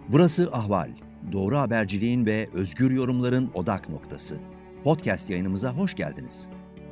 Burası Ahval. Doğru haberciliğin ve özgür yorumların odak noktası. Podcast yayınımıza hoş geldiniz.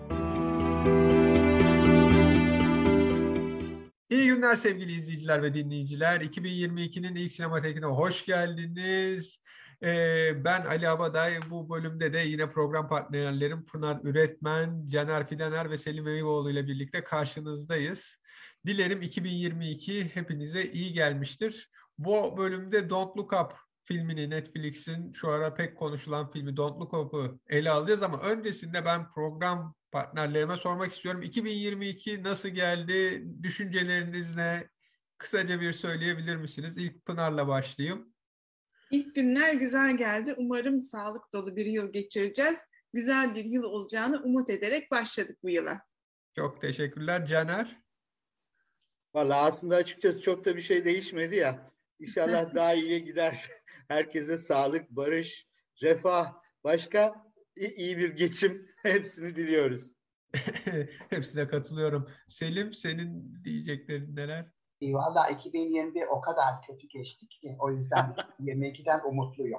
İyi günler sevgili izleyiciler ve dinleyiciler. 2022'nin ilk Sinematek'ine hoş geldiniz. Ben Ali Abaday. Bu bölümde de yine program partnerlerim Pınar Üretmen, Caner Fidaner ve Selim Eyüboğlu ile birlikte karşınızdayız. Dilerim 2022 hepinize iyi gelmiştir. Bu bölümde Don't Look Up filmini, Netflix'in şu ara pek konuşulan filmi Don't Look Up'ı ele alacağız ama öncesinde ben program partnerlerime sormak istiyorum. 2022 nasıl geldi? Düşünceleriniz ne? Kısaca bir söyleyebilir misiniz? İlk Pınar'la başlayayım. İlk günler güzel geldi. Umarım sağlık dolu bir yıl geçireceğiz. Güzel bir yıl olacağını umut ederek başladık bu yıla. Çok teşekkürler. Caner? Vallahi aslında açıkçası çok da bir şey değişmedi ya. İnşallah daha iyiye gider. Herkese sağlık, barış, refah, başka iyi bir geçim hepsini diliyoruz. Hepsine katılıyorum. Selim, senin diyeceklerin neler? Valla 2021 o kadar kötü geçti ki o yüzden 22'den umutluyum.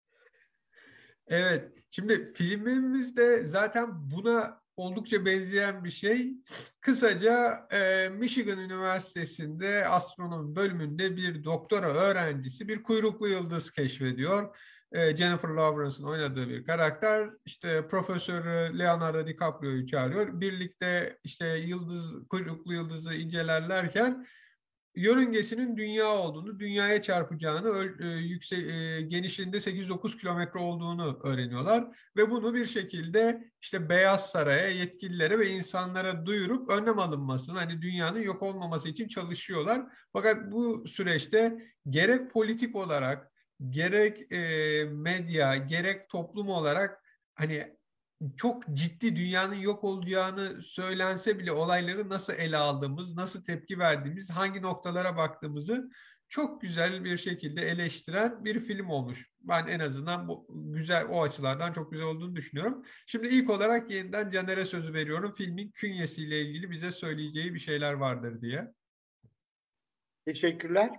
Evet, şimdi filmimizde zaten buna oldukça benzeyen bir şey. Kısaca Michigan Üniversitesi'nde astronomi bölümünde bir doktora öğrencisi bir kuyruklu yıldız keşfediyor. Jennifer Lawrence'ın oynadığı bir karakter işte Profesör Leonardo DiCaprio'yu çağırıyor. Birlikte işte kuyruklu yıldızı incelerlerken yörüngesinin dünya olduğunu, dünyaya çarpacağını, genişliğinde 8-9 kilometre olduğunu öğreniyorlar. Ve bunu bir şekilde işte Beyaz Saray'a, yetkililere ve insanlara duyurup önlem alınmasını, hani dünyanın yok olmaması için çalışıyorlar. Fakat bu süreçte gerek politik olarak, gerek medya, gerek toplum olarak hani çok ciddi dünyanın yok olacağını söylense bile olayları nasıl ele aldığımız, nasıl tepki verdiğimiz, hangi noktalara baktığımızı çok güzel bir şekilde eleştiren bir film olmuş. Ben en azından o açılardan çok güzel olduğunu düşünüyorum. Şimdi ilk olarak yeniden Caner'e sözü veriyorum. Filmin künyesiyle ilgili bize söyleyeceği bir şeyler vardır diye. Teşekkürler.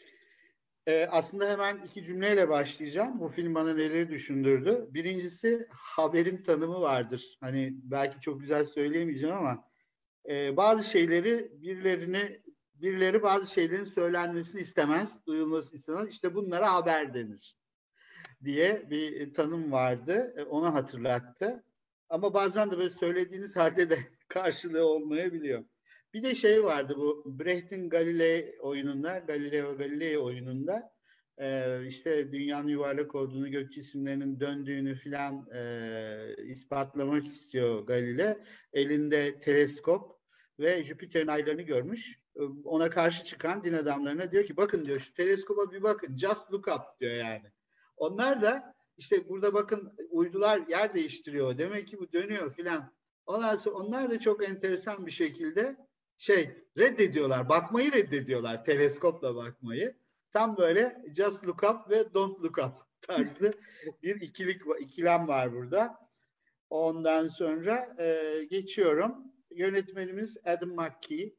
Aslında hemen iki cümleyle başlayacağım. Bu film bana neleri düşündürdü? Birincisi haberin tanımı vardır. Hani belki çok güzel söyleyemeyeceğim ama bazı şeyleri birileri bazı şeylerin söylenmesini istemez, duyulmasını istemez. İşte bunlara haber denir diye bir tanım vardı. Onu hatırlattı. Ama bazen de böyle söylediğiniz halde de karşılığı olmayabiliyor. Bir de şey vardı bu Brecht'in Galileo Galilei oyununda işte dünyanın yuvarlak olduğunu, gök cisimlerinin döndüğünü filan ispatlamak istiyor Galileo. Elinde teleskop ve Jüpiter'in aylarını görmüş. Ona karşı çıkan din adamlarına diyor ki bakın diyor şu teleskopa bir bakın, just look up diyor yani. Onlar da işte burada bakın uydular yer değiştiriyor, demek ki bu dönüyor filan. Ondan sonra onlar da çok enteresan bir şekilde reddediyorlar, bakmayı reddediyorlar, teleskopla bakmayı. Tam böyle just look up ve don't look up tarzı bir ikilem var burada. Ondan sonra geçiyorum. Yönetmenimiz Adam McKay,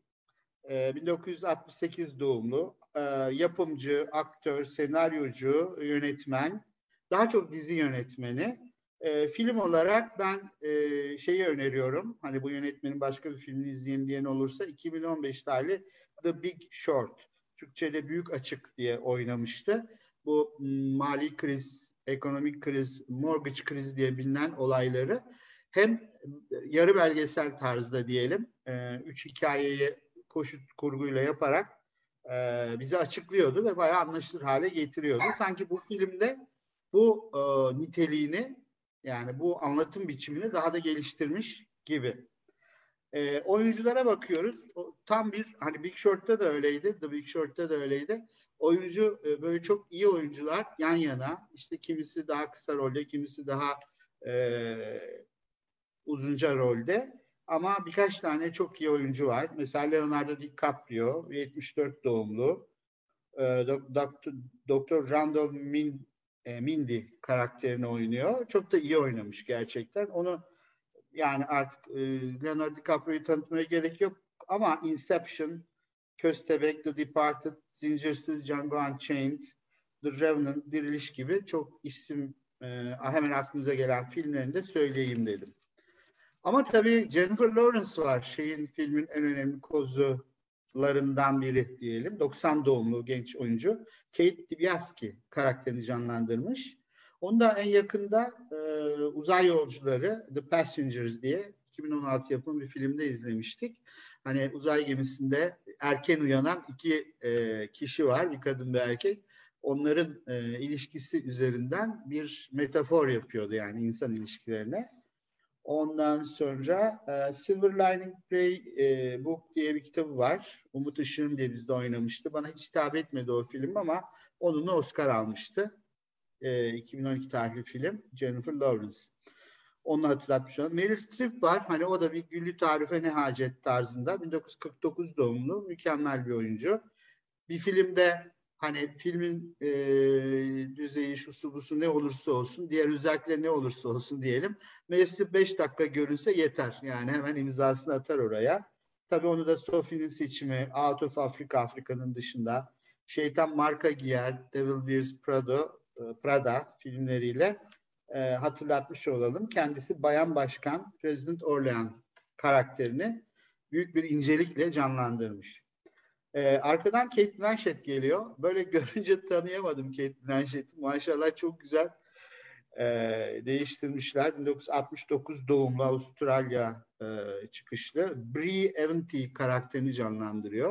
1968 doğumlu, yapımcı, aktör, senaryocu, yönetmen, daha çok dizi yönetmeni. Film olarak ben şeyi öneriyorum. Hani bu yönetmenin başka bir filmini izleyin diyen olursa 2015 tarihli The Big Short. Türkçe'de Büyük Açık diye oynamıştı. Bu mali kriz, ekonomik kriz, mortgage kriz diye bilinen olayları hem yarı belgesel tarzda diyelim, 3 hikayeyi koşut kurguyla yaparak bize açıklıyordu ve bayağı anlaşılır hale getiriyordu. Sanki bu filmde bu niteliğini, yani bu anlatım biçimini daha da geliştirmiş gibi. Oyunculara bakıyoruz. Tam bir hani Big Short'ta da öyleydi. The Big Short'ta da öyleydi. Oyuncu böyle çok iyi oyuncular yan yana. İşte kimisi daha kısa rolde, kimisi daha uzunca rolde. Ama birkaç tane çok iyi oyuncu var. Mesela Leonardo DiCaprio, 74 doğumlu. Dr. Randall Mindy karakterini oynuyor. Çok da iyi oynamış gerçekten. Onu yani artık Leonardo DiCaprio'yu tanıtmaya gerek yok. Ama Inception, Köstebek, The Departed, Zincirsiz, Django Unchained, The Revenant, Diriliş gibi çok isim hemen aklınıza gelen filmlerini de söyleyeyim dedim. Ama tabii Jennifer Lawrence var. Filmin en önemli kozularından biri diyelim. 90 doğumlu genç oyuncu. Kate DiBiase karakterini canlandırmış. Onu da en yakında Uzay Yolcuları, The Passengers diye 2016 yapımı bir filmde izlemiştik. Hani uzay gemisinde erken uyanan iki kişi var, bir kadın bir erkek. Onların ilişkisi üzerinden bir metafor yapıyordu yani insan ilişkilerine. Ondan sonra Silver Lining Playbook diye bir kitabı var. Umut Işığın diye bizde oynamıştı. Bana hiç hitap etmedi o film ama onunla Oscar almıştı. 2012 tarihli film. Jennifer Lawrence. Onu hatırlatmış olalım. Meryl Streep var. Hani o da bir güllü tarife ne hacet tarzında. 1949 doğumlu. Mükemmel bir oyuncu. Bir filmde hani filmin düzeyi, şusu busu ne olursa olsun, diğer özellikleri ne olursa olsun diyelim. Meryl Streep 5 dakika görünse yeter. Yani hemen imzasını atar oraya. Tabii onu da Sophie'nin seçimi, Out of Africa, Afrika'nın dışında, Şeytan Marka Giyer, Devil Wears Prada filmleriyle hatırlatmış olalım. Kendisi Bayan Başkan, President Orleans karakterini büyük bir incelikle canlandırmış. Arkadan Cate Blanchett geliyor. Böyle görünce tanıyamadım Cate Blanchett'i. Maşallah çok güzel değiştirmişler. 1969 doğumlu Avustralya çıkışlı. Bree Eventy karakterini canlandırıyor.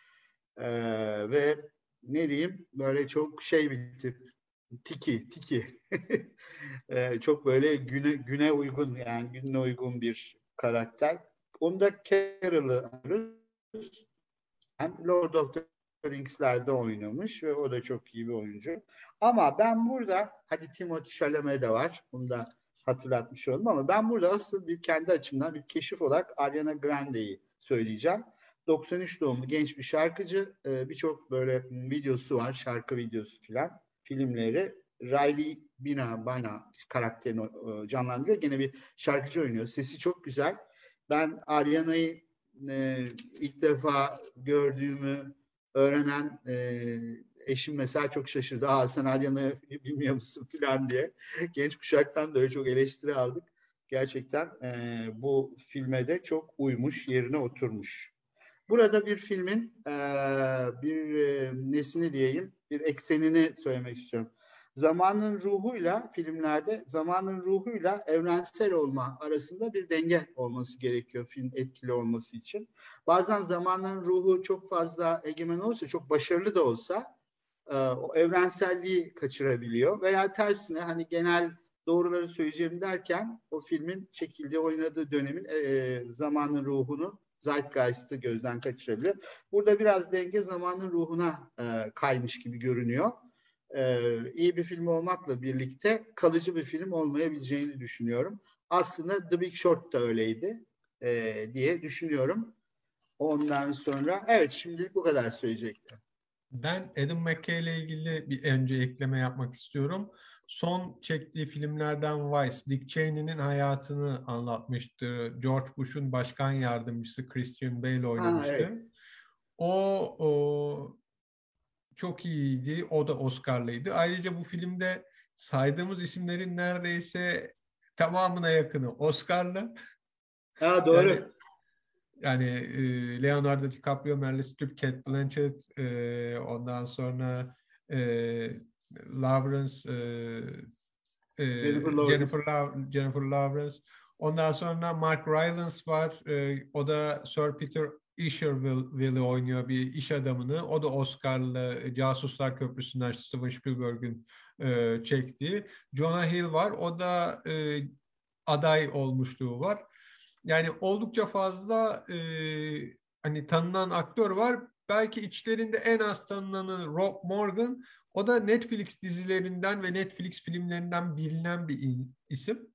Ve ne diyeyim böyle çok bir tip. Tiki. Çok böyle güne uygun yani gününe uygun bir karakter. Onda Carol'ı arıyoruz. Lord of the Rings'lerde oynamış ve o da çok iyi bir oyuncu. Ama ben burada, hadi Timothée Chalamet de var, bunu da hatırlatmış oldum ama ben burada asıl bir kendi açımdan bir keşif olarak Ariana Grande'yi söyleyeceğim. 93 doğumlu genç bir şarkıcı, birçok böyle videosu var, şarkı videosu filan, filmleri. Riley Bana karakterini canlandırıyor. Gene bir şarkıcı oynuyor. Sesi çok güzel. Ben Ariana'yı ilk defa gördüğümü öğrenen eşim mesela çok şaşırdı. Sen Ariana'yı bilmiyor musun falan diye. Genç kuşaktan da öyle çok eleştiri aldık. Gerçekten bu filme de çok uymuş, yerine oturmuş. Burada bir filmin nesini diyeyim, bir eksenini söylemek istiyorum. Filmlerde zamanın ruhuyla evrensel olma arasında bir denge olması gerekiyor film etkili olması için. Bazen zamanın ruhu çok fazla egemen olursa, çok başarılı da olsa o evrenselliği kaçırabiliyor. Veya tersine hani genel doğruları söyleyeceğim derken o filmin çekildiği, oynadığı dönemin zamanın ruhunu, zeitgeist'ı gözden kaçırabiliyor. Burada biraz denge zamanın ruhuna kaymış gibi görünüyor. İyi bir film olmakla birlikte kalıcı bir film olmayabileceğini düşünüyorum. Aslında The Big Short da öyleydi diye düşünüyorum. Ondan sonra evet şimdilik bu kadar söyleyecektim. Ben Adam McKay ile ilgili bir önce ekleme yapmak istiyorum. Son çektiği filmlerden Vice, Dick Cheney'nin hayatını anlatmıştı. George Bush'un başkan yardımcısı Christian Bale oynamıştı. Evet. O çok iyiydi. O da Oscar'lıydı. Ayrıca bu filmde saydığımız isimlerin neredeyse tamamına yakını Oscar'lı. Doğru. Yani Leonardo DiCaprio, Meryl Streep, Cate Blanchett, ondan sonra Lawrence, Jennifer Lawrence. Ondan sonra Mark Rylance var. O da Sir Peter Isherville'i oynuyor, bir iş adamını. O da Oscar'lı Casuslar Köprüsü'nden Steven Spielberg'in çektiği. Jonah Hill var. O da aday olmuşluğu var. Yani oldukça fazla hani tanınan aktör var. Belki içlerinde en az tanınanı Rob Morgan. O da Netflix dizilerinden ve Netflix filmlerinden bilinen bir isim.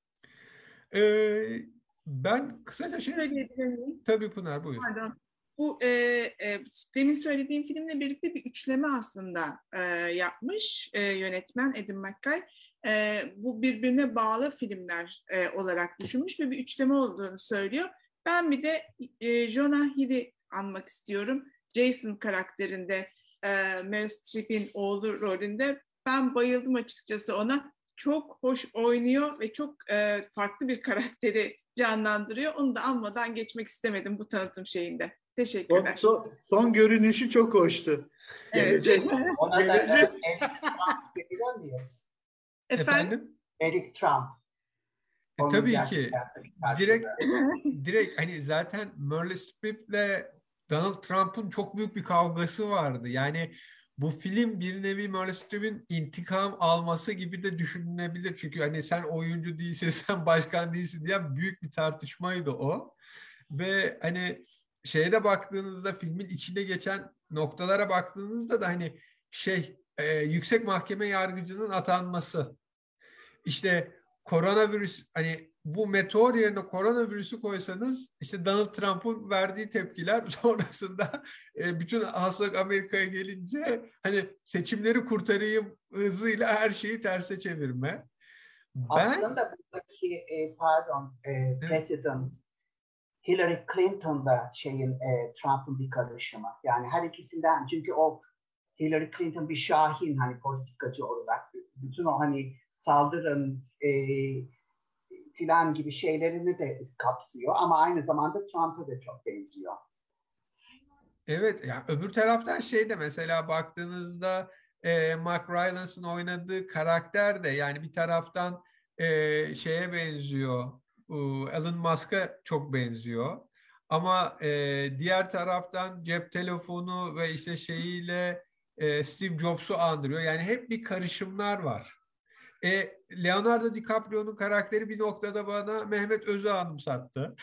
Ben kısaca söyleyebilir miyim? Tabii Pınar, buyur. Pardon. Bu demin söylediğim filmle birlikte bir üçleme aslında yapmış yönetmen Adam McKay. Bu birbirine bağlı filmler olarak düşünmüş ve bir üçleme olduğunu söylüyor. Ben bir de Jonah Hill'i anmak istiyorum. Jason karakterinde Meryl Streep'in oğlu rolünde Ben bayıldım açıkçası ona. Çok hoş oynuyor ve çok farklı bir karakteri canlandırıyor. Onu da almadan geçmek istemedim bu tanıtım şeyinde. Teşekkürler. Son görünüşü çok hoştu. Evet. Gelecek. Ona da Gelecek. Eric Trump biliyor muyuz? Efendim? Eric Trump. Onun Tabii gerçek ki. hayattaki karşılığı. Direkt hani zaten Meryl Streep'le Donald Trump'ın çok büyük bir kavgası vardı. Yani bu film bir nevi Meryl Streep'in intikam alması gibi de düşünülebilir. Çünkü hani sen oyuncu değilsin, sen başkan değilsin diye büyük bir tartışmaydı o. Ve hani şeye de baktığınızda, filmin içinde geçen noktalara baktığınızda da hani yüksek mahkeme yargıcının atanması, işte koronavirüs, hani bu meteor yerine koronavirüsü koysanız işte Donald Trump'ın verdiği tepkiler sonrasında bütün hastalık Amerika'ya gelince hani seçimleri kurtarayım hızıyla her şeyi terse çevirme. Aslında buradaki president Hillary Clinton'la Trump'ın bir karışımı. Yani her ikisinden, çünkü o Hillary Clinton bir şahin, hani politikacı olarak bütün o hani saldırın filan gibi şeylerini de kapsıyor ama aynı zamanda Trump'a da çok benziyor. Evet, ya öbür taraftan de mesela baktığınızda Mark Rylance'ın oynadığı karakter de yani bir taraftan şeye benziyor, Elon Musk'a çok benziyor. Ama diğer taraftan cep telefonu ve işte Steve Jobs'u andırıyor. Yani hep bir karışımlar var. Leonardo DiCaprio'nun karakteri bir noktada bana Mehmet Öz'ü anımsattı.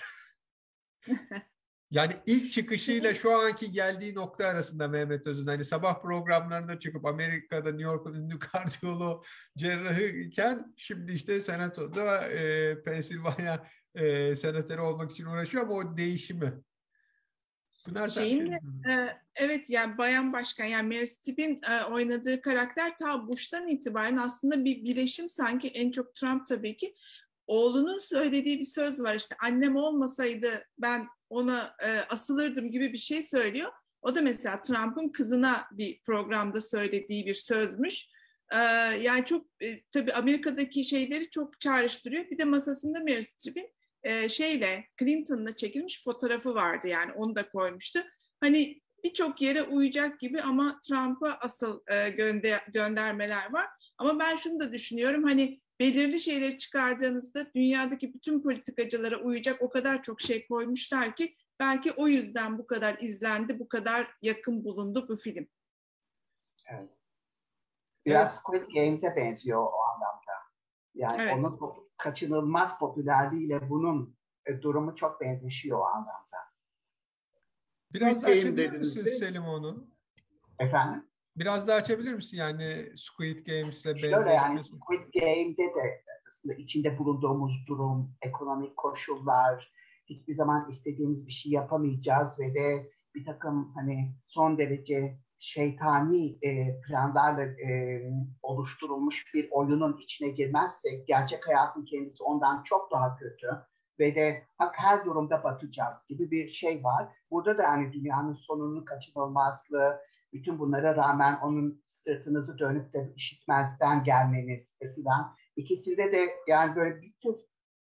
Yani ilk çıkışıyla şu anki geldiği nokta arasında Mehmet Öz'ün hani sabah programlarında çıkıp Amerika'da New York'un ünlü kardiyoloğu cerrahı iken şimdi işte senatoda Pensilvanya senatörü olmak için uğraşıyor ama o değişimi. Bunlar Evet, yani Bayan Başkan, yani Meryl Streep'in oynadığı karakter ta Bush'tan itibaren aslında bir bileşim, sanki en çok Trump tabii ki. Oğlunun söylediği bir söz var, işte annem olmasaydı ben ona asılırdım gibi bir şey söylüyor. O da mesela Trump'ın kızına bir programda söylediği bir sözmüş. Yani çok tabii Amerika'daki şeyleri çok çağrıştırıyor. Bir de masasında Meryl Streep'in Clinton'la çekilmiş fotoğrafı vardı, yani onu da koymuştu. Hani birçok yere uyacak gibi ama Trump'a asıl göndermeler var. Ama ben şunu da düşünüyorum, hani belirli şeyleri çıkardığınızda dünyadaki bütün politikacılara uyacak o kadar çok şey koymuşlar ki belki o yüzden bu kadar izlendi, bu kadar yakın bulundu bu film. Evet. Biraz Squid Games'e benziyor o anlamda. Yani evet. Onun kaçınılmaz popülerliğiyle bunun durumu çok benzeşiyor o anlamda. Biraz daha açabilir misin Selim onu? Efendim? Biraz daha açabilir misin yani Squid Games'le Şöyle, yani benzeşmesi? Squid Game'de de aslında içinde bulunduğumuz durum, ekonomik koşullar, hiçbir zaman istediğimiz bir şey yapamayacağız ve de bir takım hani son derece şeytani planlarla oluşturulmuş bir oyunun içine girmezsek gerçek hayatın kendisi ondan çok daha kötü ve de her durumda batacağız gibi bir şey var. Burada da yani dünyanın sonunun kaçınılmazlığı, bütün bunlara rağmen onun sırtınızı dönüp de işitmezden gelmeniz falan. İkisinde de yani böyle bir tür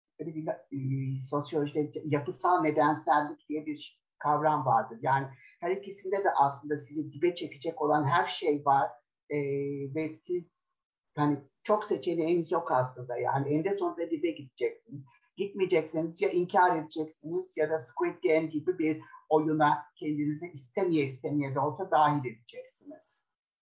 sosyolojide yapısal nedensellik diye bir kavram vardır. Yani her ikisinde de aslında sizi dibe çekecek olan her şey var ve siz hani çok seçeneğiniz yok aslında. Yani eninde sonunda dibe gideceksiniz. Gitmeyecekseniz ya inkar edeceksiniz ya da Squid Game gibi bir oyuna kendinizi istemeye de olsa dahil edeceksiniz.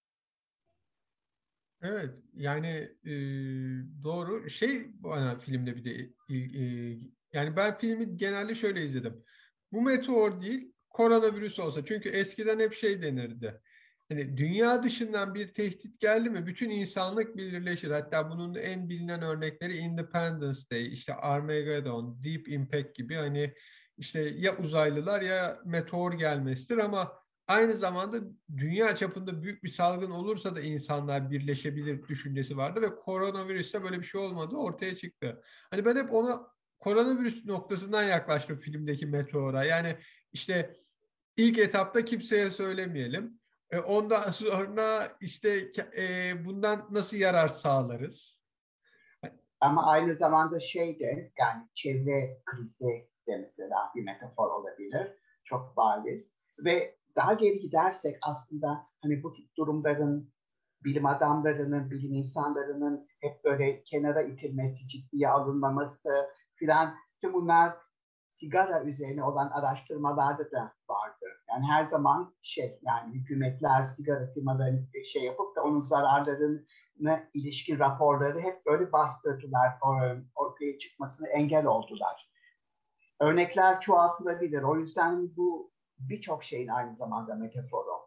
Evet, yani doğru. Bana filmde bir de yani ben filmi genelde şöyle izledim. Bu meteor değil, koronavirüs olsa. Çünkü eskiden hep denirdi. Hani dünya dışından bir tehdit geldi mi bütün insanlık birleşir. Hatta bunun en bilinen örnekleri Independence Day, işte Armageddon, Deep Impact gibi hani işte ya uzaylılar ya meteor gelmesidir ama aynı zamanda dünya çapında büyük bir salgın olursa da insanlar birleşebilir düşüncesi vardı ve koronavirüste böyle bir şey olmadı, ortaya çıktı. Hani ben hep ona koronavirüs noktasından yaklaştım filmdeki meteora. Yani işte ilk etapta kimseye söylemeyelim. Ondan sonra işte bundan nasıl yarar sağlarız? Ama aynı zamanda şey de, yani çevre krizi de mesela bir metafor olabilir. Çok bariz. Ve daha geri gidersek aslında hani bu tip durumların bilim adamlarının, bilim insanlarının hep böyle kenara itilmesi, ciddiye alınmaması filan, tüm bunlar sigara üzerine olan araştırmalarda da vardı. Yani her zaman yani hükümetler sigara firmalarını yapıp da onun zararlarına ilişkin raporları hep böyle bastırdılar, ortaya çıkmasını engel oldular. Örnekler çoğaltılabilir. O yüzden bu birçok şeyin aynı zamanda metaforu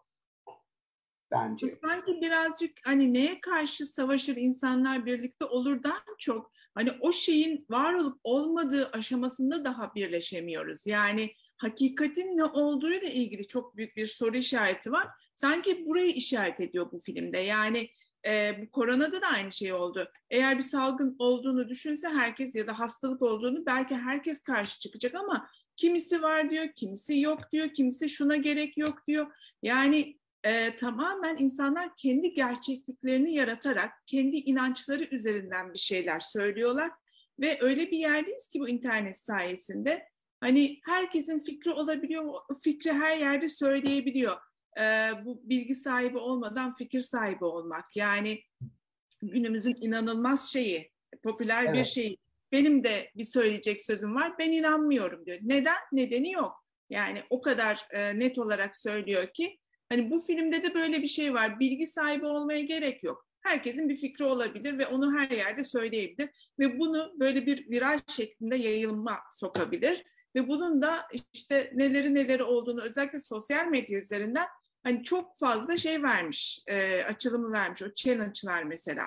bence. Bu sanki birazcık hani neye karşı savaşır insanlar birlikte olurdan çok hani o şeyin var olup olmadığı aşamasında daha birleşemiyoruz. Yani hakikatin ne olduğuyla ilgili çok büyük bir soru işareti var. Sanki burayı işaret ediyor bu filmde. Yani bu koronada da aynı şey oldu. Eğer bir salgın olduğunu düşünse herkes ya da hastalık olduğunu belki herkes karşı çıkacak ama kimisi var diyor, kimisi yok diyor, kimisi şuna gerek yok diyor. Yani tamamen insanlar kendi gerçekliklerini yaratarak, kendi inançları üzerinden bir şeyler söylüyorlar. Ve öyle bir yerdeyiz ki bu internet sayesinde hani herkesin fikri olabiliyor, o fikri her yerde söyleyebiliyor. Bu bilgi sahibi olmadan fikir sahibi olmak. Yani günümüzün inanılmaz şeyi, popüler bir Evet. şeyi. Benim de bir söyleyecek sözüm var, ben inanmıyorum diyor. Neden? Nedeni yok. Yani o kadar net olarak söylüyor ki hani bu filmde de böyle bir şey var. Bilgi sahibi olmaya gerek yok. Herkesin bir fikri olabilir ve onu her yerde söyleyebilir ve bunu böyle bir viraj şeklinde yayılma sokabilir ve bunun da işte neleri olduğunu özellikle sosyal medya üzerinden hani çok fazla şey vermiş, açılımı vermiş. O challenge'lar mesela.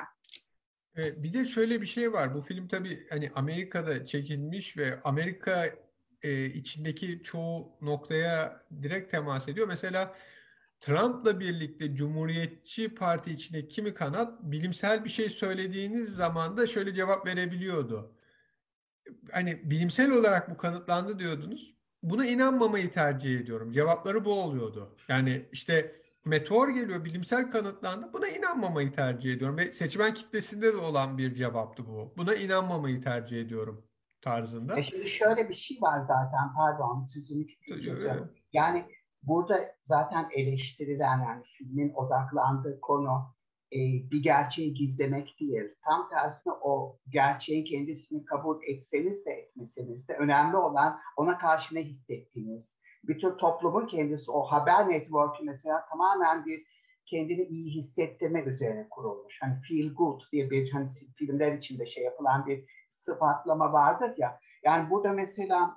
Bir de şöyle bir şey var. Bu film tabii hani Amerika'da çekilmiş ve Amerika içindeki çoğu noktaya direkt temas ediyor. Mesela Trump'la birlikte Cumhuriyetçi Parti içinde kimi kanat bilimsel bir şey söylediğiniz zaman da şöyle cevap verebiliyordu. Hani bilimsel olarak bu kanıtlandı diyordunuz. Buna inanmamayı tercih ediyorum. Cevapları bu oluyordu. Yani işte meteor geliyor, bilimsel kanıtlandı. Buna inanmamayı tercih ediyorum. Ve seçmen kitlesinde de olan bir cevaptı bu. Buna inanmamayı tercih ediyorum tarzında. Şimdi şöyle bir şey var zaten, pardon sözünü kesiyorum. Yani burada zaten eleştirilen, yani filmin odaklandığı konu bir gerçeği gizlemek değil. Tam tersine o gerçeği kendisini kabul etseniz de etmeseniz de önemli olan ona karşı ne hissettiğiniz. Bir tür toplumun kendisi, o haber network'ü mesela tamamen bir kendini iyi hissettirme üzerine kurulmuş. Hani feel good diye bir hani filmler içinde yapılan bir sıfatlama vardır ya. Yani burada mesela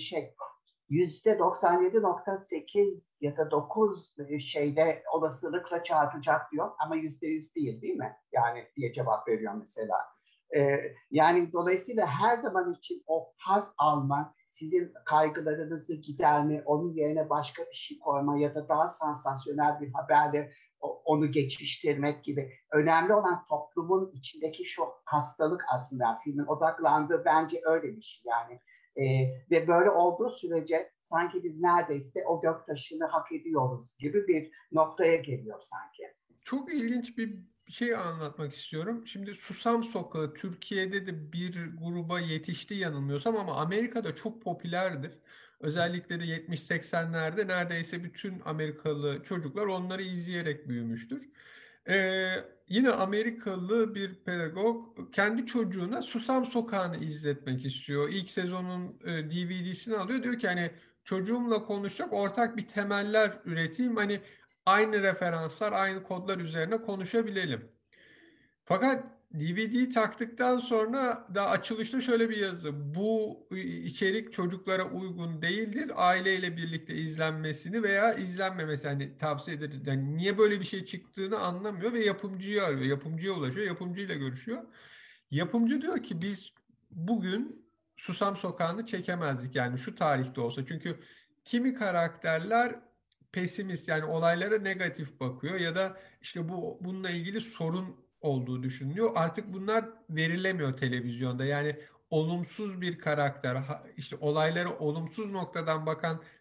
%97,8 ya da 9 olasılıkla çarpacak diyor ama %100 değil mi? Yani diye cevap veriyor mesela. Yani dolayısıyla her zaman için o haz alma, sizin kaygılarınızı giderme, onun yerine başka bir şey koyma ya da daha sansasyonel bir haberle onu geçiştirmek gibi. Önemli olan toplumun içindeki şu hastalık, aslında filmin odaklandığı bence öyle bir şey yani. Ve böyle olduğu sürece sanki biz neredeyse o göktaşını hak ediyoruz gibi bir noktaya geliyor sanki. Çok ilginç bir şey anlatmak istiyorum. Şimdi Susam Sokağı Türkiye'de de bir gruba yetişti yanılmıyorsam ama Amerika'da çok popülerdir. Özellikle de 70-80'lerde neredeyse bütün Amerikalı çocuklar onları izleyerek büyümüştür. Yine Amerikalı bir pedagog kendi çocuğuna Susam Sokağı'nı izletmek istiyor. İlk sezonun DVD'sini alıyor. Diyor ki hani çocuğumla konuşacak ortak bir temeller üreteyim. Hani aynı referanslar, aynı kodlar üzerine konuşabilelim. Fakat DVD'yi taktıktan sonra da açılışta şöyle bir yazı. Bu içerik çocuklara uygun değildir. Aileyle birlikte izlenmesini veya izlenmemesi hani tavsiye ederiz. Yani niye böyle bir şey çıktığını anlamıyor ve yapımcıyı arıyor. Yapımcıya ulaşıyor. Yapımcıyla görüşüyor. Yapımcı diyor ki biz bugün Susam Sokağı'nı çekemezdik yani şu tarihte olsa. Çünkü kimi karakterler pesimist yani olaylara negatif bakıyor ya da işte bununla ilgili sorun olduğu düşünülüyor. Artık bunlar verilemiyor televizyonda. Yani olumsuz bir karakter, işte olaylara olumsuz noktadan bakan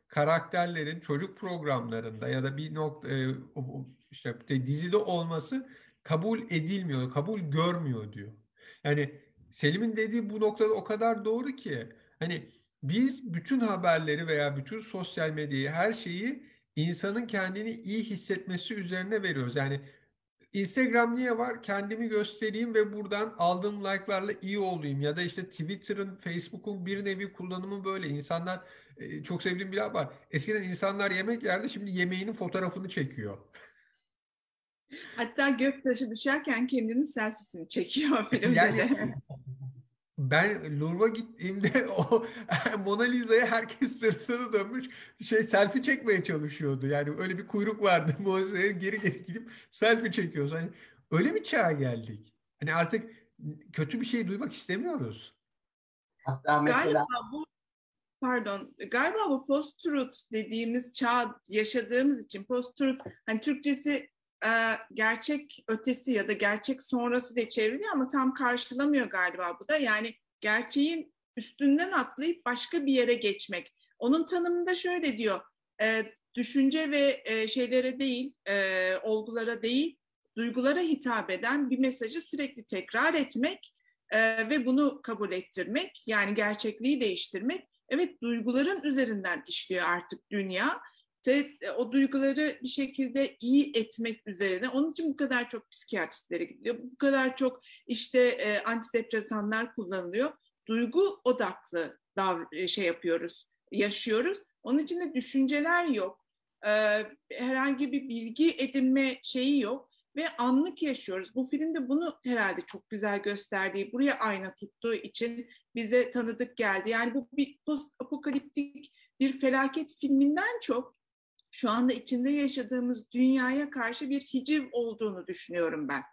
karakterlerin çocuk programlarında ya da bir nokta işte dizide olması kabul edilmiyor, kabul görmüyor diyor. Yani Selim'in dediği bu noktada o kadar doğru ki hani biz bütün haberleri veya bütün sosyal medyayı, her şeyi insanın kendini iyi hissetmesi üzerine veriyoruz. Yani Instagram niye var? Kendimi göstereyim ve buradan aldığım like'larla iyi olayım. Ya da işte Twitter'ın, Facebook'un bir nevi kullanımı böyle. İnsanlar, çok sevdiğim bir laf var. Eskiden insanlar yemek yerdi, şimdi yemeğinin fotoğrafını çekiyor. Hatta göktaşı düşerken kendinin selfiesini çekiyor filmde Yani de. ben Louvre'a gittiğimde o Mona Lisa'ya herkes sırtını dönmüş selfie çekmeye çalışıyordu. Yani öyle bir kuyruk vardı. Mona Lisa'ya geri geri gidip selfie çekiyoruz. Hani öyle bir çağa geldik. Hani artık kötü bir şey duymak istemiyoruz. Hatta Galiba mesela bu galiba bu post-truth dediğimiz çağ yaşadığımız için post-truth hani Türkçesi gerçek ötesi ya da gerçek sonrası diye çevriliyor ama tam karşılamıyor galiba bu da. Yani gerçeğin üstünden atlayıp başka bir yere geçmek. Onun tanımında şöyle diyor, düşünce ve şeylere değil, olgulara değil, duygulara hitap eden bir mesajı sürekli tekrar etmek ve bunu kabul ettirmek, yani gerçekliği değiştirmek. Evet, duyguların üzerinden işliyor artık dünya. O duyguları bir şekilde iyi etmek üzerine. Onun için bu kadar çok psikiyatristlere gidiyor. Bu kadar çok işte antidepresanlar kullanılıyor. Duygu odaklı yapıyoruz, yaşıyoruz. Onun için de düşünceler yok. Herhangi bir bilgi edinme şeyi yok. Ve anlık yaşıyoruz. Bu filmde bunu herhalde çok güzel gösterdiği, buraya ayna tuttuğu için bize tanıdık geldi. Yani bu bir post apokaliptik bir felaket filminden çok şu anda içinde yaşadığımız dünyaya karşı bir hiciv olduğunu düşünüyorum ben.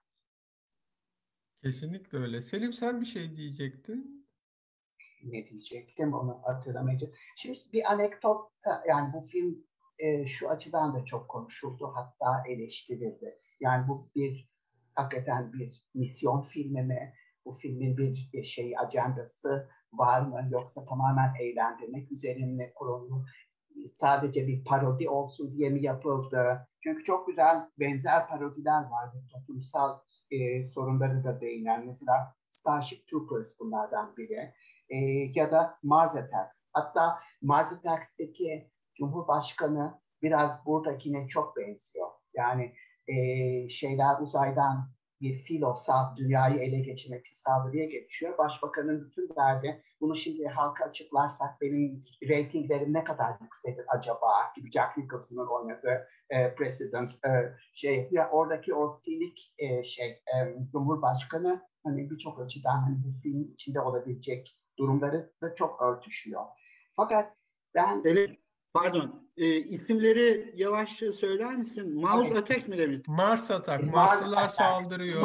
Kesinlikle öyle. Selim, sen bir şey diyecektin. ne diyecektim onu hatırlamayacağım. Şimdi bir anekdot, yani bu film şu açıdan da çok konuşuldu, hatta eleştirildi. Yani bu hakikaten bir misyon filmi mi? Bu filmin bir ajandası var mı? Yoksa tamamen eğlendirmek üzerine kuruldu? Sadece bir parodi olsun diye mi yapıldı? Çünkü çok güzel benzer parodiler vardı. Toplumsal sorunları da değinen. Mesela Starship Troopers bunlardan biri. Ya da Mars Attacks. Hatta Mars Attacks'teki Cumhurbaşkanı biraz buradakine çok benziyor. Yani uzaydan bir filosaf dünyayı ele geçirmek için saldırıya geçiyor. Başbakanın bütün derdi, bunu şimdi halka açıklarsak benim reytinglerim ne kadar yükselir acaba gibi Jack Nicholson'ın oynadığı president oradaki o silik Cumhurbaşkanı hani birçok açıdan hani bu film içinde olabilecek durumları da çok örtüşüyor. Fakat ben pardon, isimleri yavaşça söyler misin? Mars Attack mi demiş? Mars Attack. Marslılar saldırıyor.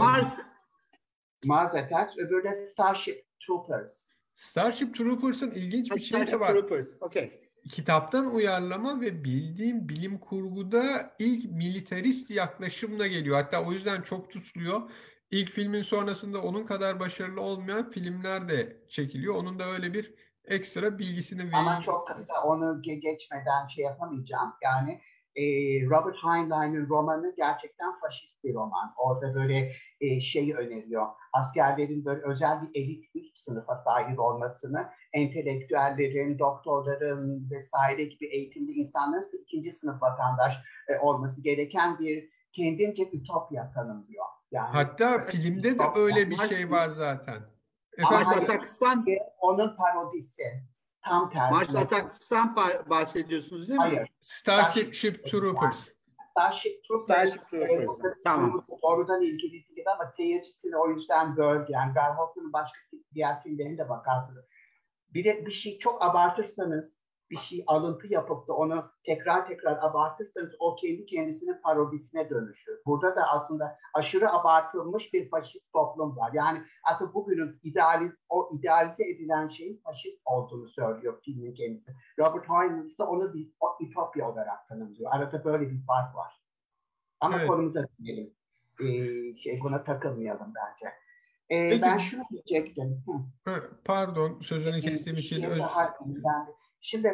Mars Attack, öbürü de Starship Troopers. Starship Troopers'ın ilginç bir şey de var. Okay. Kitaptan uyarlama ve bildiğim bilim kurguda ilk militarist yaklaşımla geliyor. Hatta o yüzden çok tutuluyor. İlk filmin sonrasında onun kadar başarılı olmayan filmler de çekiliyor. Onun da öyle bir ekstra bilgisini vereyim. Ama çok kısa, onu geçmeden yapamayacağım. Yani Robert Heinlein'in romanı gerçekten faşist bir roman. Orada böyle öneriyor. Askerlerin böyle özel bir elit üst sınıfa sahip olmasını, entelektüellerin, doktorların vesaire gibi eğitimli insanların ikinci sınıf vatandaş olması gereken bir kendince ütopya tanımlıyor. Yani, hatta filmde de öyle bir şey var zaten. Mars Attacks'tan onun parodisi. Tam tersi. Mars Attacks'tan bahsediyorsunuz değil mi? Hayır. Starship Troopers. Starship Troopers. Tamam. Doğrudan ilgili değil ama seyircisini o yüzden böldü. Yani Verhoeven'ın başka diğer filmlerine de bakarsınız. Bir şey çok abartırsanız, bir şey alıntı yapıp da onu tekrar abartırsanız o kendi kendisinin parodisine dönüşür. Burada da aslında aşırı abartılmış bir faşist toplum var. Yani aslında bugünün idealize edilen şeyin faşist olduğunu söylüyor filmin kendisi. Robert Heinlein ise onu bir ütopya olarak tanımlıyor. Arada böyle bir fark var. Ama evet, konumuza dönelim. Buna takılmayalım bence. Ben şunu diyecektim. Pardon, sözünü kestiğim için. Şimdi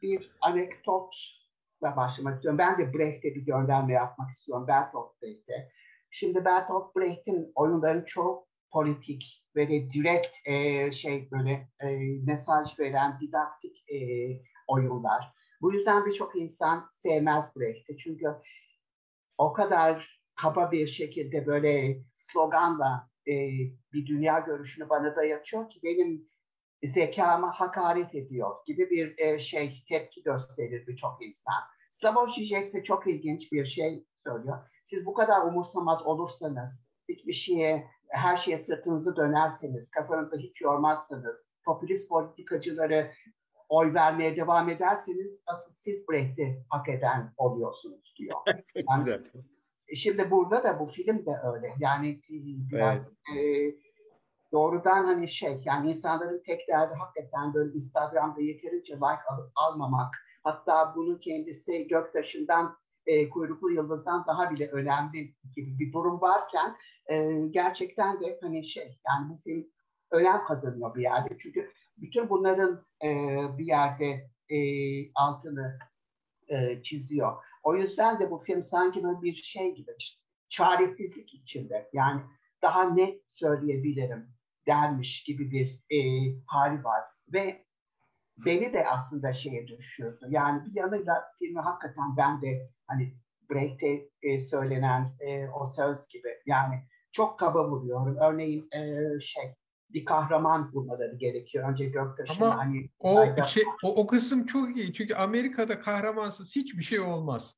bir anekdotla başlamak istiyorum. Ben de Brecht'e bir gönderme yapmak istiyorum. Bertolt Brecht'e. Şimdi Bertolt Brecht'in oyunları çok politik ve de direkt böyle mesaj veren didaktik oyunlar. Bu yüzden birçok insan sevmez Brecht'i. Çünkü o kadar kaba bir şekilde böyle sloganla bir dünya görüşünü bana dayatıyor ki benim zekama hakaret ediyor gibi bir tepki gösterir birçok insan. Slavoj Žižek ise çok ilginç bir şey söylüyor. Siz bu kadar umursamaz olursanız, hiçbir şeye, her şeye sırtınızı dönerseniz, kafanızı hiç yormazsanız, popülist politikacıları oy vermeye devam ederseniz asıl siz Brecht'i hak eden oluyorsunuz diyor. Yani, şimdi burada da bu film de öyle. Yani biraz doğrudan hani yani insanların tek derdi hakikaten böyle Instagram'da yeterince like alıp almamak. Hatta bunun kendisi göktaşından kuyruklu yıldızdan daha bile önemli gibi bir durum varken gerçekten de hani yani bu film önem kazanıyor bir yerde. Çünkü bütün bunların bir yerde altını çiziyor. O yüzden de bu film sanki böyle bir şey gibi çaresizlik içinde. Yani daha ne söyleyebilirim dermiş gibi bir hali var. Ve beni de aslında şeye düşürdü. Yani bir yanıyla filmi hakikaten ben de hani Brecht'e söylenen o söz gibi yani çok kaba vuruyorum. Örneğin bir kahraman bulmaları gerekiyor. Önce göktaşında Ama hani o kısım çok iyi. Çünkü Amerika'da kahramansız hiçbir şey olmaz.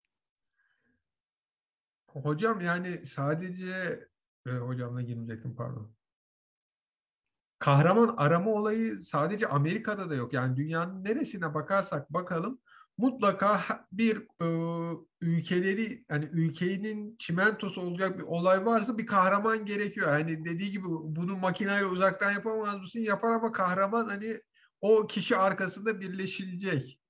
Hocam yani sadece hocamla girmeyecektim pardon. Kahraman arama olayı sadece Amerika'da da yok. Yani dünyanın neresine bakarsak bakalım mutlaka bir ülkeleri yani ülkenin çimentosu olacak bir olay varsa bir kahraman gerekiyor. Yani dediği gibi bunu makineyle uzaktan yapamaz mısın? Yapar ama kahraman hani o kişi arkasında birleşilecek.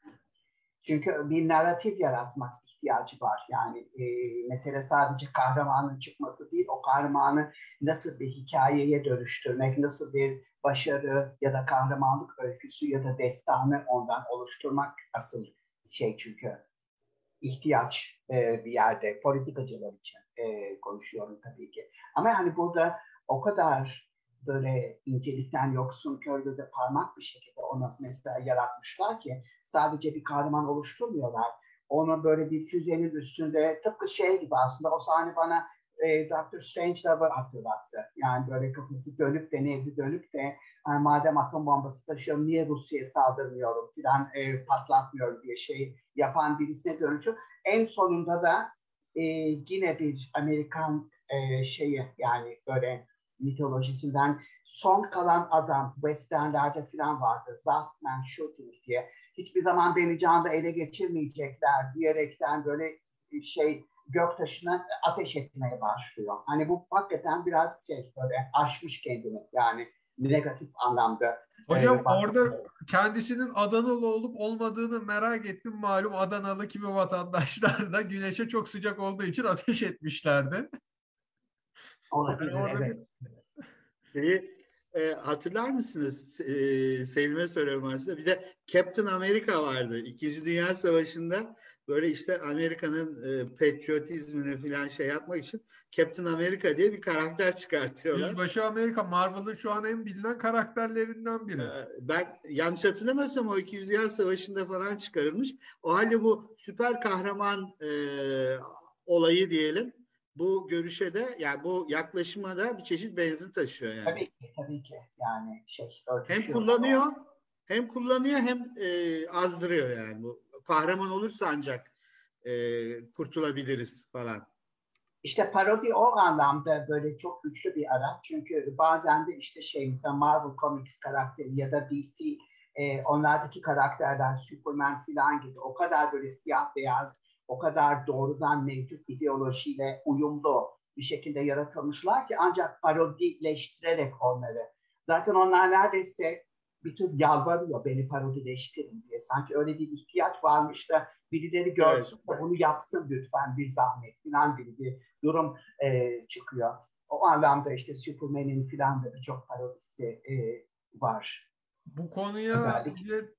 Çünkü bir narratif yaratmak ihtiyacı var. Yani mesele sadece kahramanın çıkması değil, o kahramanı nasıl bir hikayeye dönüştürmek, nasıl bir başarı ya da kahramanlık öyküsü ya da destanı ondan oluşturmak asıl çünkü ihtiyaç bir yerde politikacılar için konuşuyorum tabii ki. Ama yani burada o kadar böyle incelikten yoksun, kör göze parmak bir şekilde onu mesela yaratmışlar ki sadece bir kahraman oluşturmuyorlar. Onu böyle bir füzenin üstünde tıpkı gibi aslında o sahne bana Doctor Strange'da hatırlattı. Yani böyle kafası dönüp de neydi dönüp de yani madem atom bombası taşıyorum niye Rusya'ya saldırmıyorum falan patlatmıyorum diye yapan birisine dönüşüyor. En sonunda da yine bir Amerikan yani böyle mitolojisinden son kalan adam westernlerde falan vardır. Last Man Shooting diye. Hiçbir zaman beni canlı ele geçirmeyecekler diyerekten böyle göktaşına ateş etmeye başlıyor. Hani bu hakikaten biraz böyle aşmış kendini yani negatif anlamda. Hocam orada kendisinin Adanalı olup olmadığını merak ettim. Malum Adanalı kimi vatandaşlar da güneşe çok sıcak olduğu için ateş etmişlerdi. Olabilir, Yani orada evet. Hatırlar mısınız? Selim'e soruyorum aslında. Bir de Captain America vardı. İkinci Dünya Savaşı'nda böyle işte Amerika'nın patriotizmini falan yapmak için Captain America diye bir karakter çıkartıyorlar. Yüzbaşı Amerika Marvel'ın şu an en bilinen karakterlerinden biri. Ben yanlış hatırlamıyorsam o İkinci Dünya Savaşı'nda falan çıkarılmış. O halde bu süper kahraman olayı diyelim. Bu görüşe de yani bu yaklaşıma da bir çeşit benzin taşıyor yani. Tabii ki. Yani hem kullanıyor hem azdırıyor yani. Bu kahraman olursa ancak kurtulabiliriz falan. İşte parodi o anlamda böyle çok güçlü bir araç. Çünkü bazen de işte mesela Marvel Comics karakteri ya da DC onlardaki karakterler Superman falan gibi o kadar böyle siyah beyaz, o kadar doğrudan mevcut ideolojiyle uyumlu bir şekilde yaratılmışlar ki ancak parodileştirerek onları. Zaten onlar neredeyse bir tür yalvarıyor beni parodileştirin diye. Sanki öyle bir ihtiyaç varmış da birileri görsün de bunu yapsın lütfen bir zahmet falan gibi bir durum çıkıyor. O anlamda işte Superman'in filan da birçok parodisi var. Bu konuya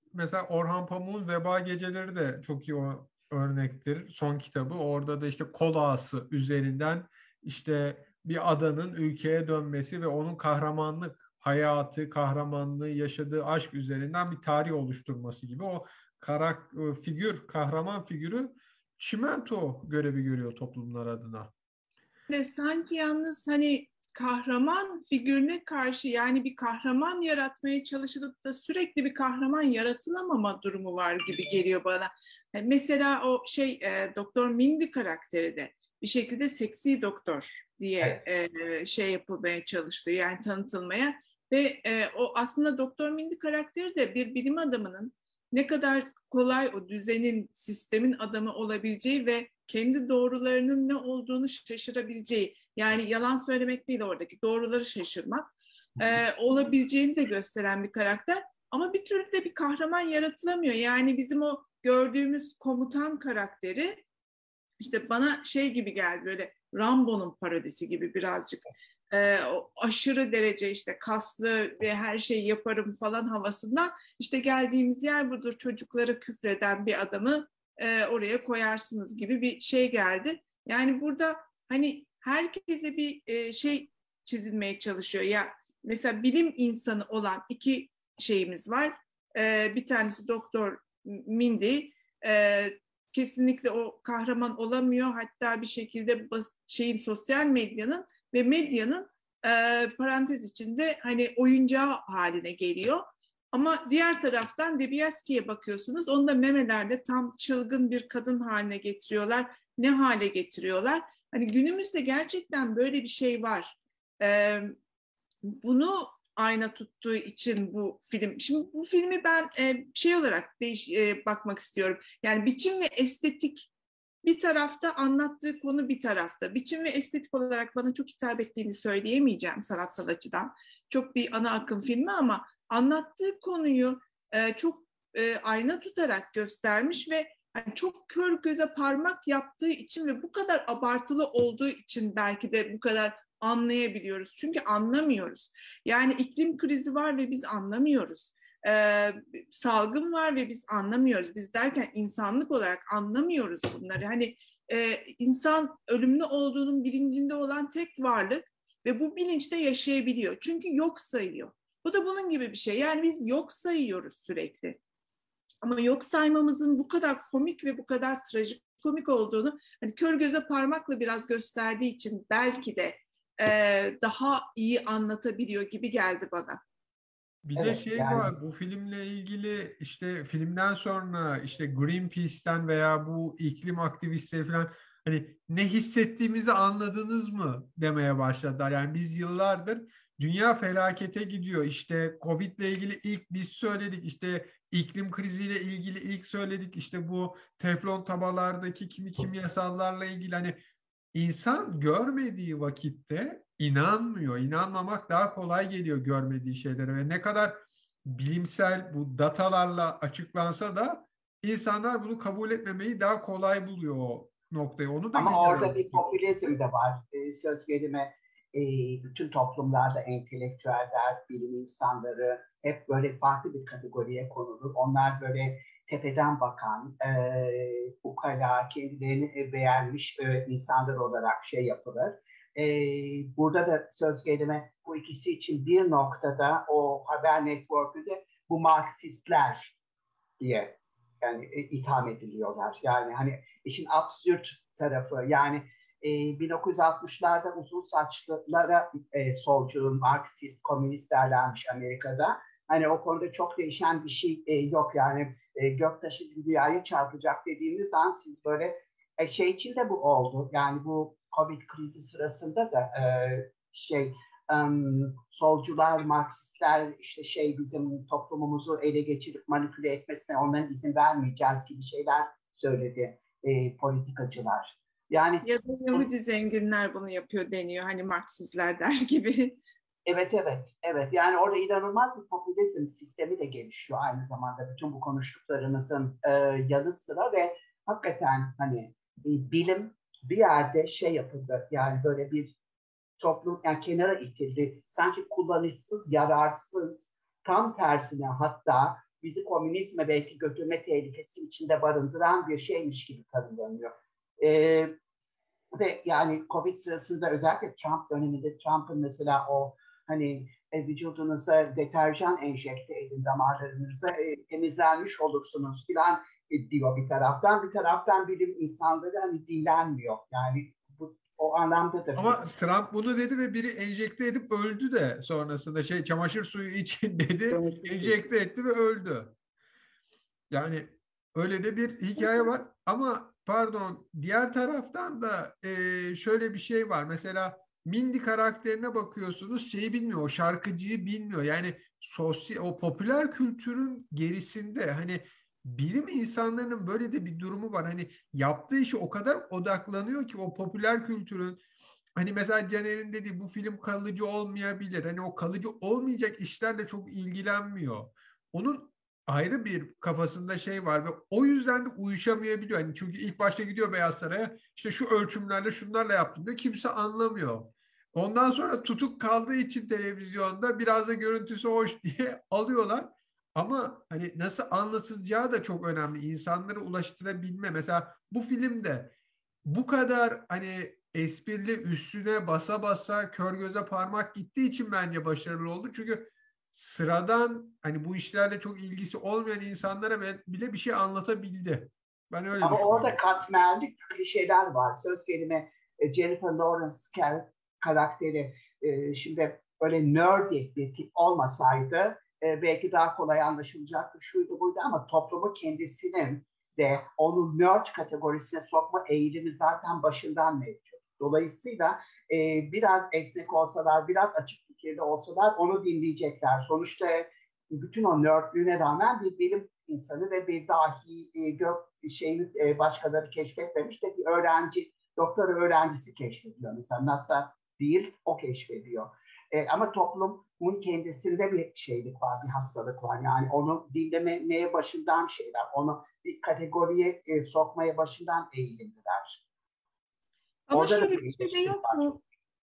mesela Orhan Pamuk'un Veba Geceleri de çok iyi o örnektir. Son kitabı. Orada da işte kol ağası üzerinden işte bir adanın ülkeye dönmesi ve onun kahramanlık hayatı, kahramanlığı, yaşadığı aşk üzerinden bir tarih oluşturması gibi o kahraman figürü çimento görevi görüyor toplumlar adına. De sanki yalnız hani kahraman figürüne karşı, yani bir kahraman yaratmaya çalışılıp da sürekli bir kahraman yaratılamama durumu var gibi geliyor bana. Mesela o Doktor Mindy karakteri de bir şekilde seksi doktor diye şey yapılmaya çalıştı, yani tanıtılmaya ve o aslında Doktor Mindy karakteri de bir bilim adamının ne kadar kolay o düzenin, sistemin adamı olabileceği ve kendi doğrularının ne olduğunu şaşırabileceği, yani yalan söylemek değil oradaki, doğruları şaşırmak olabileceğini de gösteren bir karakter. Ama bir türlü de bir kahraman yaratılamıyor. Yani bizim o gördüğümüz komutan karakteri işte bana şey gibi geldi, böyle Rambo'nun parodisi gibi birazcık. O aşırı derece işte kaslı ve her şeyi yaparım falan havasından, işte geldiğimiz yer budur, çocuklara küfreden bir adamı oraya koyarsınız gibi bir şey geldi. Yani burada hani herkese bir şey çizilmeye çalışıyor. Ya mesela bilim insanı olan iki şeyimiz var. Bir tanesi Doktor Mindy. Kesinlikle o kahraman olamıyor. Hatta bir şekilde sosyal medyanın ve medyanın parantez içinde hani oyuncağı haline geliyor. Ama diğer taraftan Debiaski'ye bakıyorsunuz. Onu da memelerde tam çılgın bir kadın haline getiriyorlar. Ne hale getiriyorlar? Hani günümüzde gerçekten böyle bir şey var. Bunu ayna tuttuğu için bu film. Şimdi bu filmi ben şey olarak bakmak istiyorum. Yani biçim ve estetik bir tarafta, anlattığı konu bir tarafta. Biçim ve estetik olarak bana çok hitap ettiğini söyleyemeyeceğim sanatsal açıdan. Çok bir ana akım filmi ama anlattığı konuyu çok ayna tutarak göstermiş ve yani çok kör göze parmak yaptığı için ve bu kadar abartılı olduğu için belki de bu kadar anlayabiliyoruz. Çünkü anlamıyoruz. Yani iklim krizi var ve biz anlamıyoruz. Salgın var ve biz anlamıyoruz. Biz derken insanlık olarak anlamıyoruz bunları. Hani insan ölümlü olduğunun bilincinde olan tek varlık ve bu bilinçte yaşayabiliyor. Çünkü yok sayıyor. Bu da bunun gibi bir şey. Yani biz yok sayıyoruz sürekli. Ama yok saymamızın bu kadar komik ve bu kadar trajikomik olduğunu hani kör göze parmakla biraz gösterdiği için belki de daha iyi anlatabiliyor gibi geldi bana. Bir de şey var, bu filmle ilgili işte filmden sonra işte Greenpeace'ten veya bu iklim aktivistleri falan hani ne hissettiğimizi anladınız mı demeye başladılar. Yani biz yıllardır dünya felakete gidiyor. İşte Covid'le ilgili ilk biz söyledik. İşte iklim kriziyle ilgili ilk söyledik. İşte bu teflon tabalardaki kimyasallarla ilgili hani İnsan görmediği vakitte inanmıyor. İnanmamak daha kolay geliyor görmediği şeylere ve ne kadar bilimsel bu datalarla açıklansa da insanlar bunu kabul etmemeyi daha kolay buluyor o noktayı. Onu da Ama orada gündeme bir popülizm de var. Söz gelimi bütün toplumlarda entelektüeller, bilim insanları hep böyle farklı bir kategoriye konulur. Onlar böyle tepeden bakan, ukala, kendilerini beğenmiş insanlar olarak şey yapılır. Burada da söz gelimi bu ikisi için bir noktada o haber network'ünde bu Marksistler diye yani itham ediliyorlar. Yani hani işin absürt tarafı, yani 1960'larda uzun saçlılara solcu, Marksist, komünist derlermiş Amerika'da. Hani o konuda çok değişen bir şey yok. Yani göktaşı dünyayı çarpacak dediğiniz an siz böyle şey için de bu oldu. Yani bu Covid krizi sırasında da solcular, Marksistler işte bizim toplumumuzu ele geçirip manipüle etmesine onların izin vermeyeceğiz gibi şeyler söyledi politikacılar. Yani ya da Yahudi zenginler bunu yapıyor deniyor, hani Marksistler der gibi. Evet. Yani orada inanılmaz bir popülizm sistemi de gelişiyor aynı zamanda bütün bu konuştuklarımızın yanı sıra ve hakikaten hani bilim bir yerde şey yapıldı, yani böyle bir toplum yani kenara itildi. Sanki kullanışsız, yararsız, tam tersine hatta bizi komünizme belki götürme tehlikesi içinde barındıran bir şeymiş gibi tanımlanıyor. Ve yani Covid sırasında özellikle Trump döneminde Trump'ın mesela o hani vücudunuza deterjan enjekte edin, damarlarınıza temizlenmiş olursunuz filan diyor bir taraftan. Bir taraftan bilim insanları hani dinlenmiyor. Yani bu o anlamda da. Ama Trump bunu dedi ve biri enjekte edip öldü de sonrasında çamaşır suyu için dedi, enjekte etti ve öldü. Yani öyle de bir hikaye var. Ama pardon, diğer taraftan da şöyle bir şey var. Mesela Mindy karakterine bakıyorsunuz, şeyi bilmiyor, o şarkıcıyı bilmiyor. Yani o popüler kültürün gerisinde hani bilim insanlarının böyle de bir durumu var. Hani yaptığı işi o kadar odaklanıyor ki o popüler kültürün, hani mesela Caner'in dediği bu film kalıcı olmayabilir. Hani o kalıcı olmayacak işlerle çok ilgilenmiyor. Onun ayrı bir kafasında şey var ve o yüzden de uyuşamayabiliyor. Yani çünkü ilk başta gidiyor Beyaz Saray'a, işte şu ölçümlerle şunlarla yaptım diyor. Kimse anlamıyor. Ondan sonra tutuk kaldığı için televizyonda biraz da görüntüsü hoş diye alıyorlar. Ama hani nasıl anlatılacağı da çok önemli. İnsanlara ulaştırabilme. Mesela bu filmde bu kadar hani esprili, üstüne basa basa kör göze parmak gittiği için bence başarılı oldu. Çünkü sıradan hani bu işlerle çok ilgisi olmayan insanlara bile bir şey anlatabildi. Ben öyle Ama düşünüyorum. orada katmerli klişeler var. Söz gelimi Jennifer Lawrence karakteri şimdi öyle nerdy bir tip olmasaydı belki daha kolay anlaşılacaktı, şuydu buydu, ama toplumu kendisinin de onu nerd kategorisine sokma eğilimi zaten başından mevcut. Dolayısıyla biraz esnek olsalar, biraz açık fikirli olsalar onu dinleyecekler. Sonuçta bütün o nerdlüğüne rağmen bir bilim insanı ve bir dahi başkaları keşfetmemiş de bir öğrenci, doktora öğrencisi keşfediyor. Mesela NASA değil, o keşfediyor. Ama toplumun kendisinde bir şeylik var, bir hastalık var. Yani onu dinlemeye başından şeyler, onu bir kategoriye sokmaya başından eğilimliler. Ama Orada şöyle da bir şey de yok mu?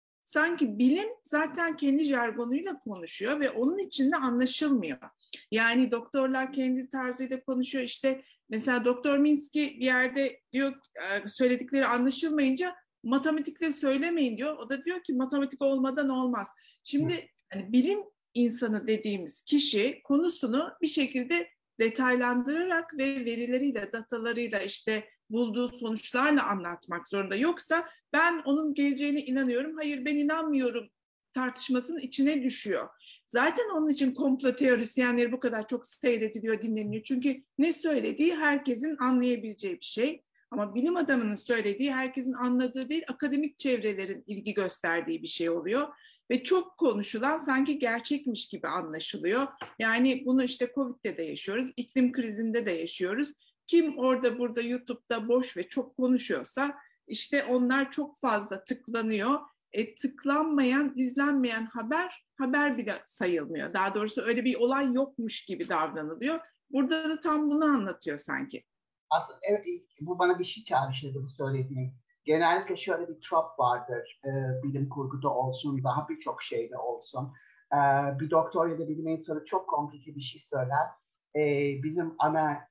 Sanki bilim zaten kendi jargonuyla konuşuyor ve onun içinde anlaşılmıyor. Yani doktorlar kendi tarzıyla konuşuyor. İşte mesela Doktor Minsky bir yerde diyor, söyledikleri anlaşılmayınca matematikleri söylemeyin diyor. O da diyor ki matematik olmadan olmaz. Şimdi hani bilim insanı dediğimiz kişi konusunu bir şekilde detaylandırarak ve verileriyle, datalarıyla, işte bulduğu sonuçlarla anlatmak zorunda. Yoksa ben onun geleceğine inanıyorum, hayır ben inanmıyorum tartışmasının içine düşüyor. Zaten onun için komplo teorisyenleri bu kadar çok seyrediliyor, dinleniyor. Çünkü ne söylediği herkesin anlayabileceği bir şey. Ama bilim adamının söylediği herkesin anladığı değil, akademik çevrelerin ilgi gösterdiği bir şey oluyor. Ve çok konuşulan sanki gerçekmiş gibi anlaşılıyor. Yani bunu işte Covid'de de yaşıyoruz, iklim krizinde de yaşıyoruz. Kim orada burada YouTube'da boş ve çok konuşuyorsa işte onlar çok fazla tıklanıyor. Tıklanmayan, izlenmeyen haber bile sayılmıyor. Daha doğrusu öyle bir olay yokmuş gibi davranılıyor. Burada da tam bunu anlatıyor sanki. Aslında bu bana bir şey çağrıştırdı bu söylediğim. Genellikle şöyle bir trop vardır. Bilim kurguda olsun, daha birçok şeyde olsun. Bir doktor ya da bilim insanı çok komplike bir şey söyler. Bizim ana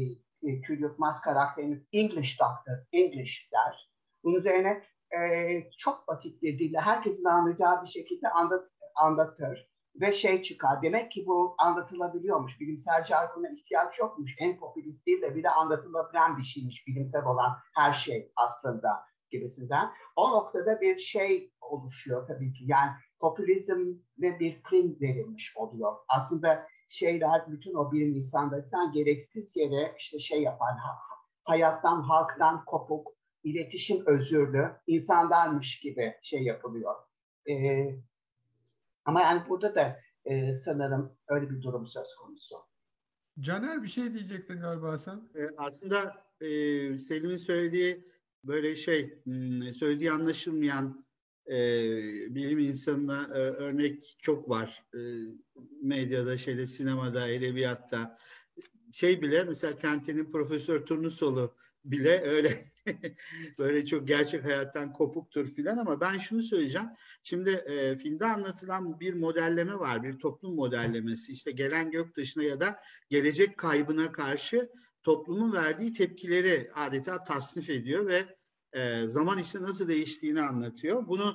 tür yutmaz karakterimiz English doctor, English der. Bunun üzerine çok basit bir dille herkesin anlayacağı bir şekilde anlatır ve şey çıkar. Demek ki bu anlatılabiliyormuş. Bilimsel jargona ihtiyaç yokmuş. En popülist değil de bir de anlatılabilen bir şeymiş bilimsel olan her şey aslında gibisinden. O noktada bir şey oluşuyor tabii ki. Yani popülizme bir prim verilmiş oluyor. Aslında şeyler, bütün o bilim insanlarından gereksiz yere işte şey yapan, hayattan, halktan kopuk, iletişim özürlü insanlarmış gibi şey yapılıyor. Ama yani burada da sanırım öyle bir durum söz konusu. Caner, bir şey diyecektin galiba sen. Aslında Selim'in söylediği böyle söylediği anlaşılmayan bilim insanına örnek çok var. Medyada, sinemada, edebiyatta. Bile mesela Tenten'in Profesör Turnusolu bile öyle böyle çok gerçek hayattan kopuktur filan, ama ben şunu söyleyeceğim. Şimdi filmde anlatılan bir modelleme var, bir toplum modellemesi. İşte gelen göktaşına ya da gelecek kaybına karşı toplumun verdiği tepkileri adeta tasnif ediyor ve zaman içinde nasıl değiştiğini anlatıyor. Bunu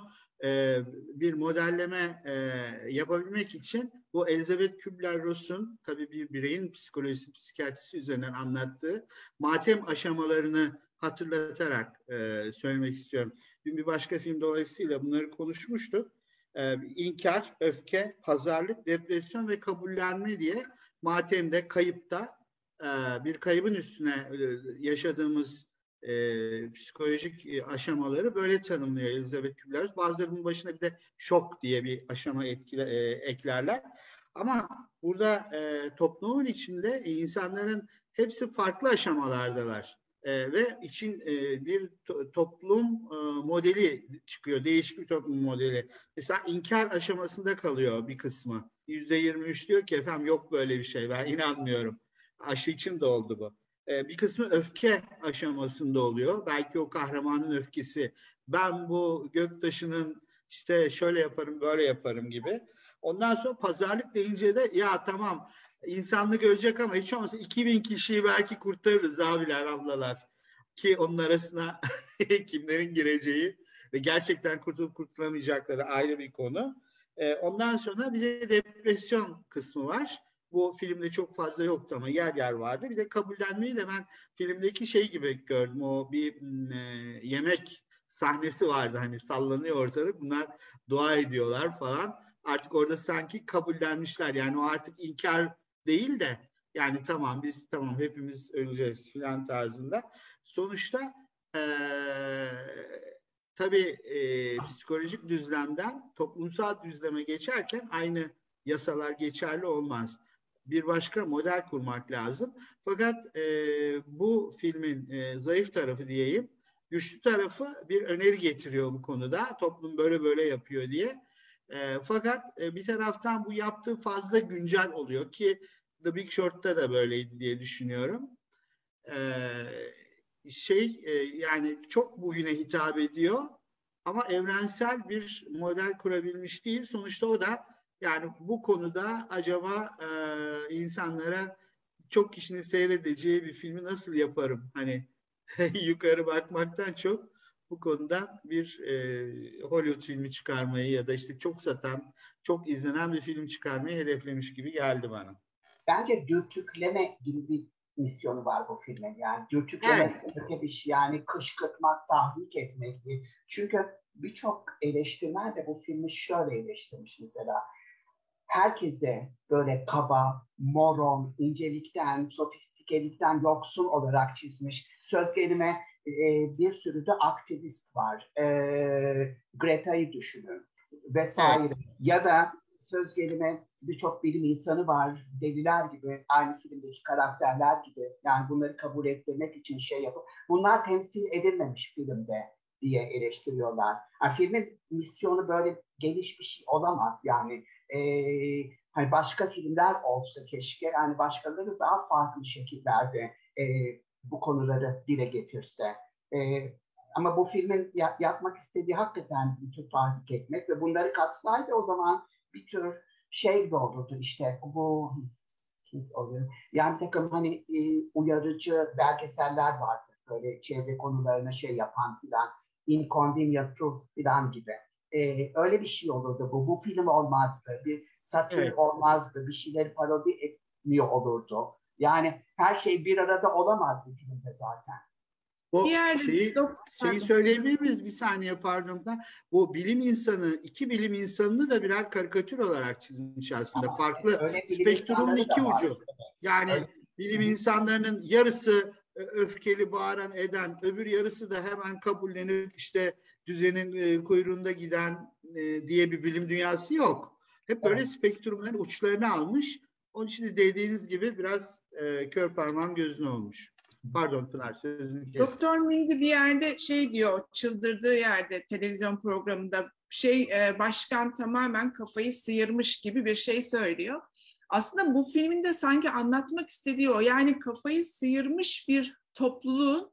bir modelleme yapabilmek için bu Elizabeth Kübler-Ross'un tabii bir bireyin psikolojisi, psikiyatrisi üzerinden anlattığı matem aşamalarını hatırlatarak söylemek istiyorum. Dün bir başka film dolayısıyla bunları konuşmuştuk. İnkar, öfke, pazarlık, depresyon ve kabullenme diye matemde, kayıpta bir kaybın üstüne yaşadığımız psikolojik aşamaları böyle tanımlıyor Elizabeth Kübler. Bazılarının başına bir de şok diye bir aşama eklerler. Ama burada toplumun içinde insanların hepsi farklı aşamalardalar. Ve için bir toplum modeli çıkıyor. Değişik bir toplum modeli. Mesela inkar aşamasında kalıyor bir kısmı. %23 diyor ki efendim yok böyle bir şey, ben inanmıyorum. Aşı için de oldu bu. Bir kısmı öfke aşamasında oluyor. Belki o kahramanın öfkesi. Ben bu göktaşının işte şöyle yaparım, böyle yaparım gibi. Ondan sonra pazarlık deyince de ya tamam insanlık ölecek ama hiç olmazsa 2000 kişiyi belki kurtarırız abiler, ablalar. Ki onun arasına kimlerin gireceği ve gerçekten kurtulup kurtulamayacakları ayrı bir konu. Ondan sonra bir de depresyon kısmı var. Bu filmde çok fazla yoktu ama yer yer vardı. Bir de kabullenmeyi de ben filmdeki şey gibi gördüm. O bir yemek sahnesi vardı, hani sallanıyor ortalık. Bunlar dua ediyorlar falan. Artık orada sanki kabullenmişler. Yani o artık inkar değil de yani tamam biz tamam hepimiz öleceğiz filan tarzında. Sonuçta tabii psikolojik düzlemden toplumsal düzleme geçerken aynı yasalar geçerli olmaz. Bir başka model kurmak lazım. Fakat bu filmin zayıf tarafı diyeyim, güçlü tarafı bir öneri getiriyor bu konuda. Toplum böyle böyle yapıyor diye. Fakat bir taraftan bu yaptığı fazla güncel oluyor ki The Big Short'ta da böyleydi diye düşünüyorum. Yani çok bugüne hitap ediyor ama evrensel bir model kurabilmiş değil. Sonuçta o da yani bu konuda acaba insanlara çok kişinin seyredeceği bir filmi nasıl yaparım? Hani yukarı bakmaktan çok bu konuda bir Hollywood filmi çıkarmayı ya da işte çok satan, çok izlenen bir film çıkarmayı hedeflemiş gibi geldi bana. Bence dürtükleme gibi bir misyonu var bu filmin. Yani dürtükleme evet. Bir şey, yani kışkırtmak, tahrik etmek. Çünkü birçok eleştirmen de bu filmi şöyle eleştirmiş mesela. Herkese böyle kaba, moron, incelikten, sofistikelikten yoksun olarak çizmiş. Söz gelime bir sürü de aktivist var. Greta'yı düşünün vesaire. Evet. Ya da söz gelime birçok bilim insanı var. Deliler gibi, aynı filmdeki karakterler gibi. Yani bunları kabul ettirmek için şey yapıp bunlar temsil edilmemiş filmde diye eleştiriyorlar. Yani filmin misyonu böyle geniş bir şey olamaz yani. Hani başka filmler olsa keşke, yani başkaları daha farklı şekillerde bu konuları dile getirse. Ama bu filmin yapmak istediği hakikaten bütün tahrik etmek ve bunları katsaydı o zaman bir tür şey de olurdu işte bu oluyor. Yani bir takım hani uyarıcı belgeseller vardı. Böyle çevre konularına şey yapan filan. Inconvenient Truth filan gibi. Öyle bir şey olurdu bu. Bu film olmazdı. Bir satır evet. olmazdı. Bir şeyleri parodi etmiyor olurdu. Yani her şey bir arada olamaz bir filmde zaten. O şeyi söyleyebilir miyiz? Bir saniye pardon. Bu bilim insanı, iki bilim insanını da birer karikatür olarak çizmiş aslında. Ama farklı spektrumun iki ucu. Evet. Yani öyle. Bilim insanlarının yarısı öfkeli, bağıran, eden, öbür yarısı da hemen kabullenip işte düzenin kuyruğunda giden diye bir bilim dünyası yok. Hep böyle evet. Spektrumların uçlarını almış. Onun için de dediğiniz gibi biraz kör parmağım gözüne olmuş. Pardon Pınar, sözünü kestim. Doktor Mindy bir yerde şey diyor, çıldırdığı yerde televizyon programında başkan tamamen kafayı sıyırmış gibi bir şey söylüyor. Aslında bu filmin de sanki anlatmak istediği o. Yani kafayı sıyırmış bir topluluğun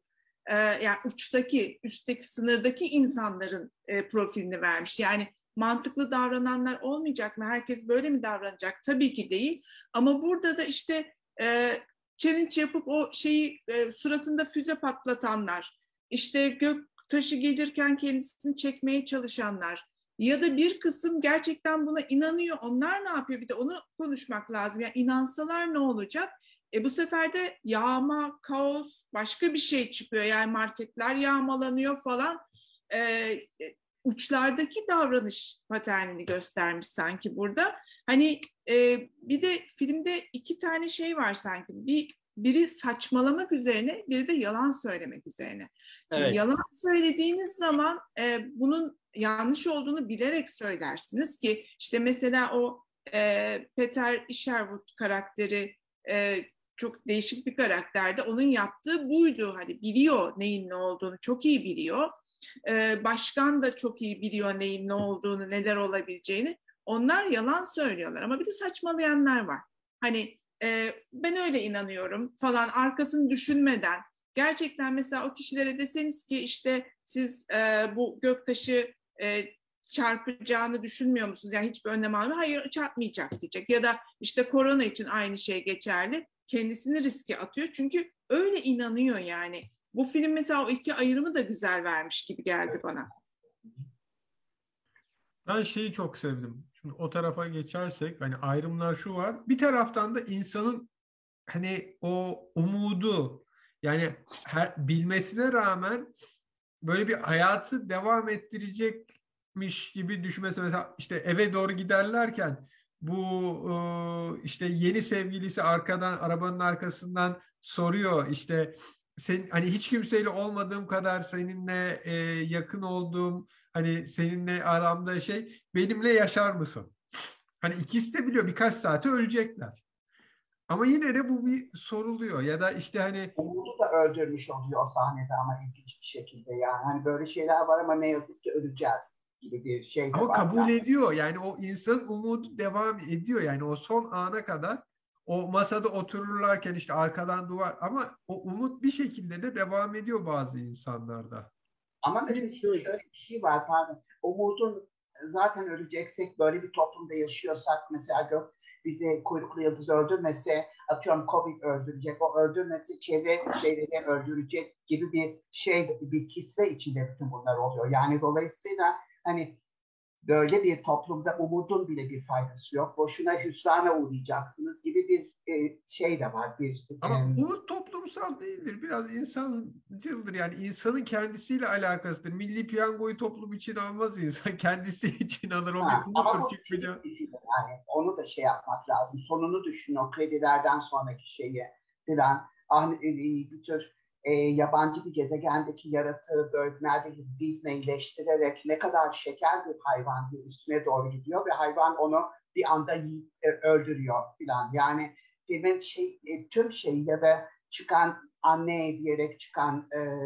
yani üstteki sınırdaki insanların profilini vermiş. Yani mantıklı davrananlar olmayacak mı? Herkes böyle mi davranacak? Tabii ki değil. Ama burada da işte challenge yapıp o şeyi suratında füze patlatanlar, işte göktaşı gelirken kendisini çekmeye çalışanlar ya da bir kısım gerçekten buna inanıyor. Onlar ne yapıyor? Bir de onu konuşmak lazım. Yani inansalar ne olacak? Bu sefer de yağma, kaos, başka bir şey çıkıyor. Yani marketler yağmalanıyor falan. Uçlardaki davranış paternini göstermiş sanki burada. Hani bir de filmde iki tane şey var sanki. Biri saçmalamak üzerine, biri de yalan söylemek üzerine. Şimdi Evet. yalan söylediğiniz zaman bunun yanlış olduğunu bilerek söylersiniz ki işte mesela o Peter Isherwood karakteri çok değişik bir karakterdi. Onun yaptığı buydu. Hani biliyor neyin ne olduğunu, çok iyi biliyor. Başkan da çok iyi biliyor neyin ne olduğunu, neler olabileceğini. Onlar yalan söylüyorlar ama bir de saçmalayanlar var. Hani ben öyle inanıyorum falan arkasını düşünmeden. Gerçekten mesela o kişilere deseniz ki işte siz bu göktaşı çarpacağını düşünmüyor musunuz? Yani hiçbir önlem almıyor. Hayır çarpmayacak diyecek. Ya da işte korona için aynı şey geçerli. Kendisini riske atıyor. Çünkü öyle inanıyor yani. Bu film mesela o iki ayrımı da güzel vermiş gibi geldi bana. Ben şeyi çok sevdim. Şimdi o tarafa geçersek hani ayrımlar şu var. Bir taraftan da insanın hani o umudu yani bilmesine rağmen böyle bir hayatı devam ettirecekmiş gibi düşünmesi. Mesela işte eve doğru giderlerken bu işte yeni sevgilisi arkadan arabanın arkasından soruyor işte sen hani hiç kimseyle olmadığım kadar seninle yakın olduğum hani seninle aramda şey benimle yaşar mısın? Hani ikisi de biliyor birkaç saate ölecekler. Ama yine de bu bir soruluyor ya da işte hani Umut'u da öldürmüş oluyor o sahnede ama ilginç bir şekilde yani. Hani böyle şeyler var ama ne yazık ki öleceğiz gibi bir şey de ama var. kabul ediyor. Yani o insan umudu devam ediyor. Yani o son ana kadar o masada otururlarken işte arkadan duvar ama o umut bir şekilde de devam ediyor bazı insanlarda. Ama mesela işte şöyle bir şey var pardon. Umut'un zaten öleceksek böyle bir toplumda yaşıyorsak mesela bizi kuyruklu yıldız öldürmese atıyorum Covid öldürecek. O öldürmese çevre şeyleri öldürecek gibi bir şey bir kisve içinde bütün bunlar oluyor. Yani dolayısıyla hani böyle bir toplumda umudun bile bir faydası yok. Boşuna hüsrana uğrayacaksınız gibi bir şey de var. Ama umut toplumsal değildir. Biraz insancıldır. Yani insanın kendisiyle alakasıdır. Milli piyangoyu toplum için almaz insan. Kendisi için alır. O bir ama umuttur. bu Kim silik biliyor? bir film yani onu da şey yapmak lazım. Sonunu düşün o kredilerden sonraki şeyi filan. Bir tür yabancı bir gezegendeki yaratığı böyle neredeyse Disneyleştirerek ne kadar şeker bir hayvan diye üstüne doğru gidiyor ve hayvan onu bir anda yiyip öldürüyor filan. Yani filmin tüm şeyi ya da çıkan anne diyerek çıkan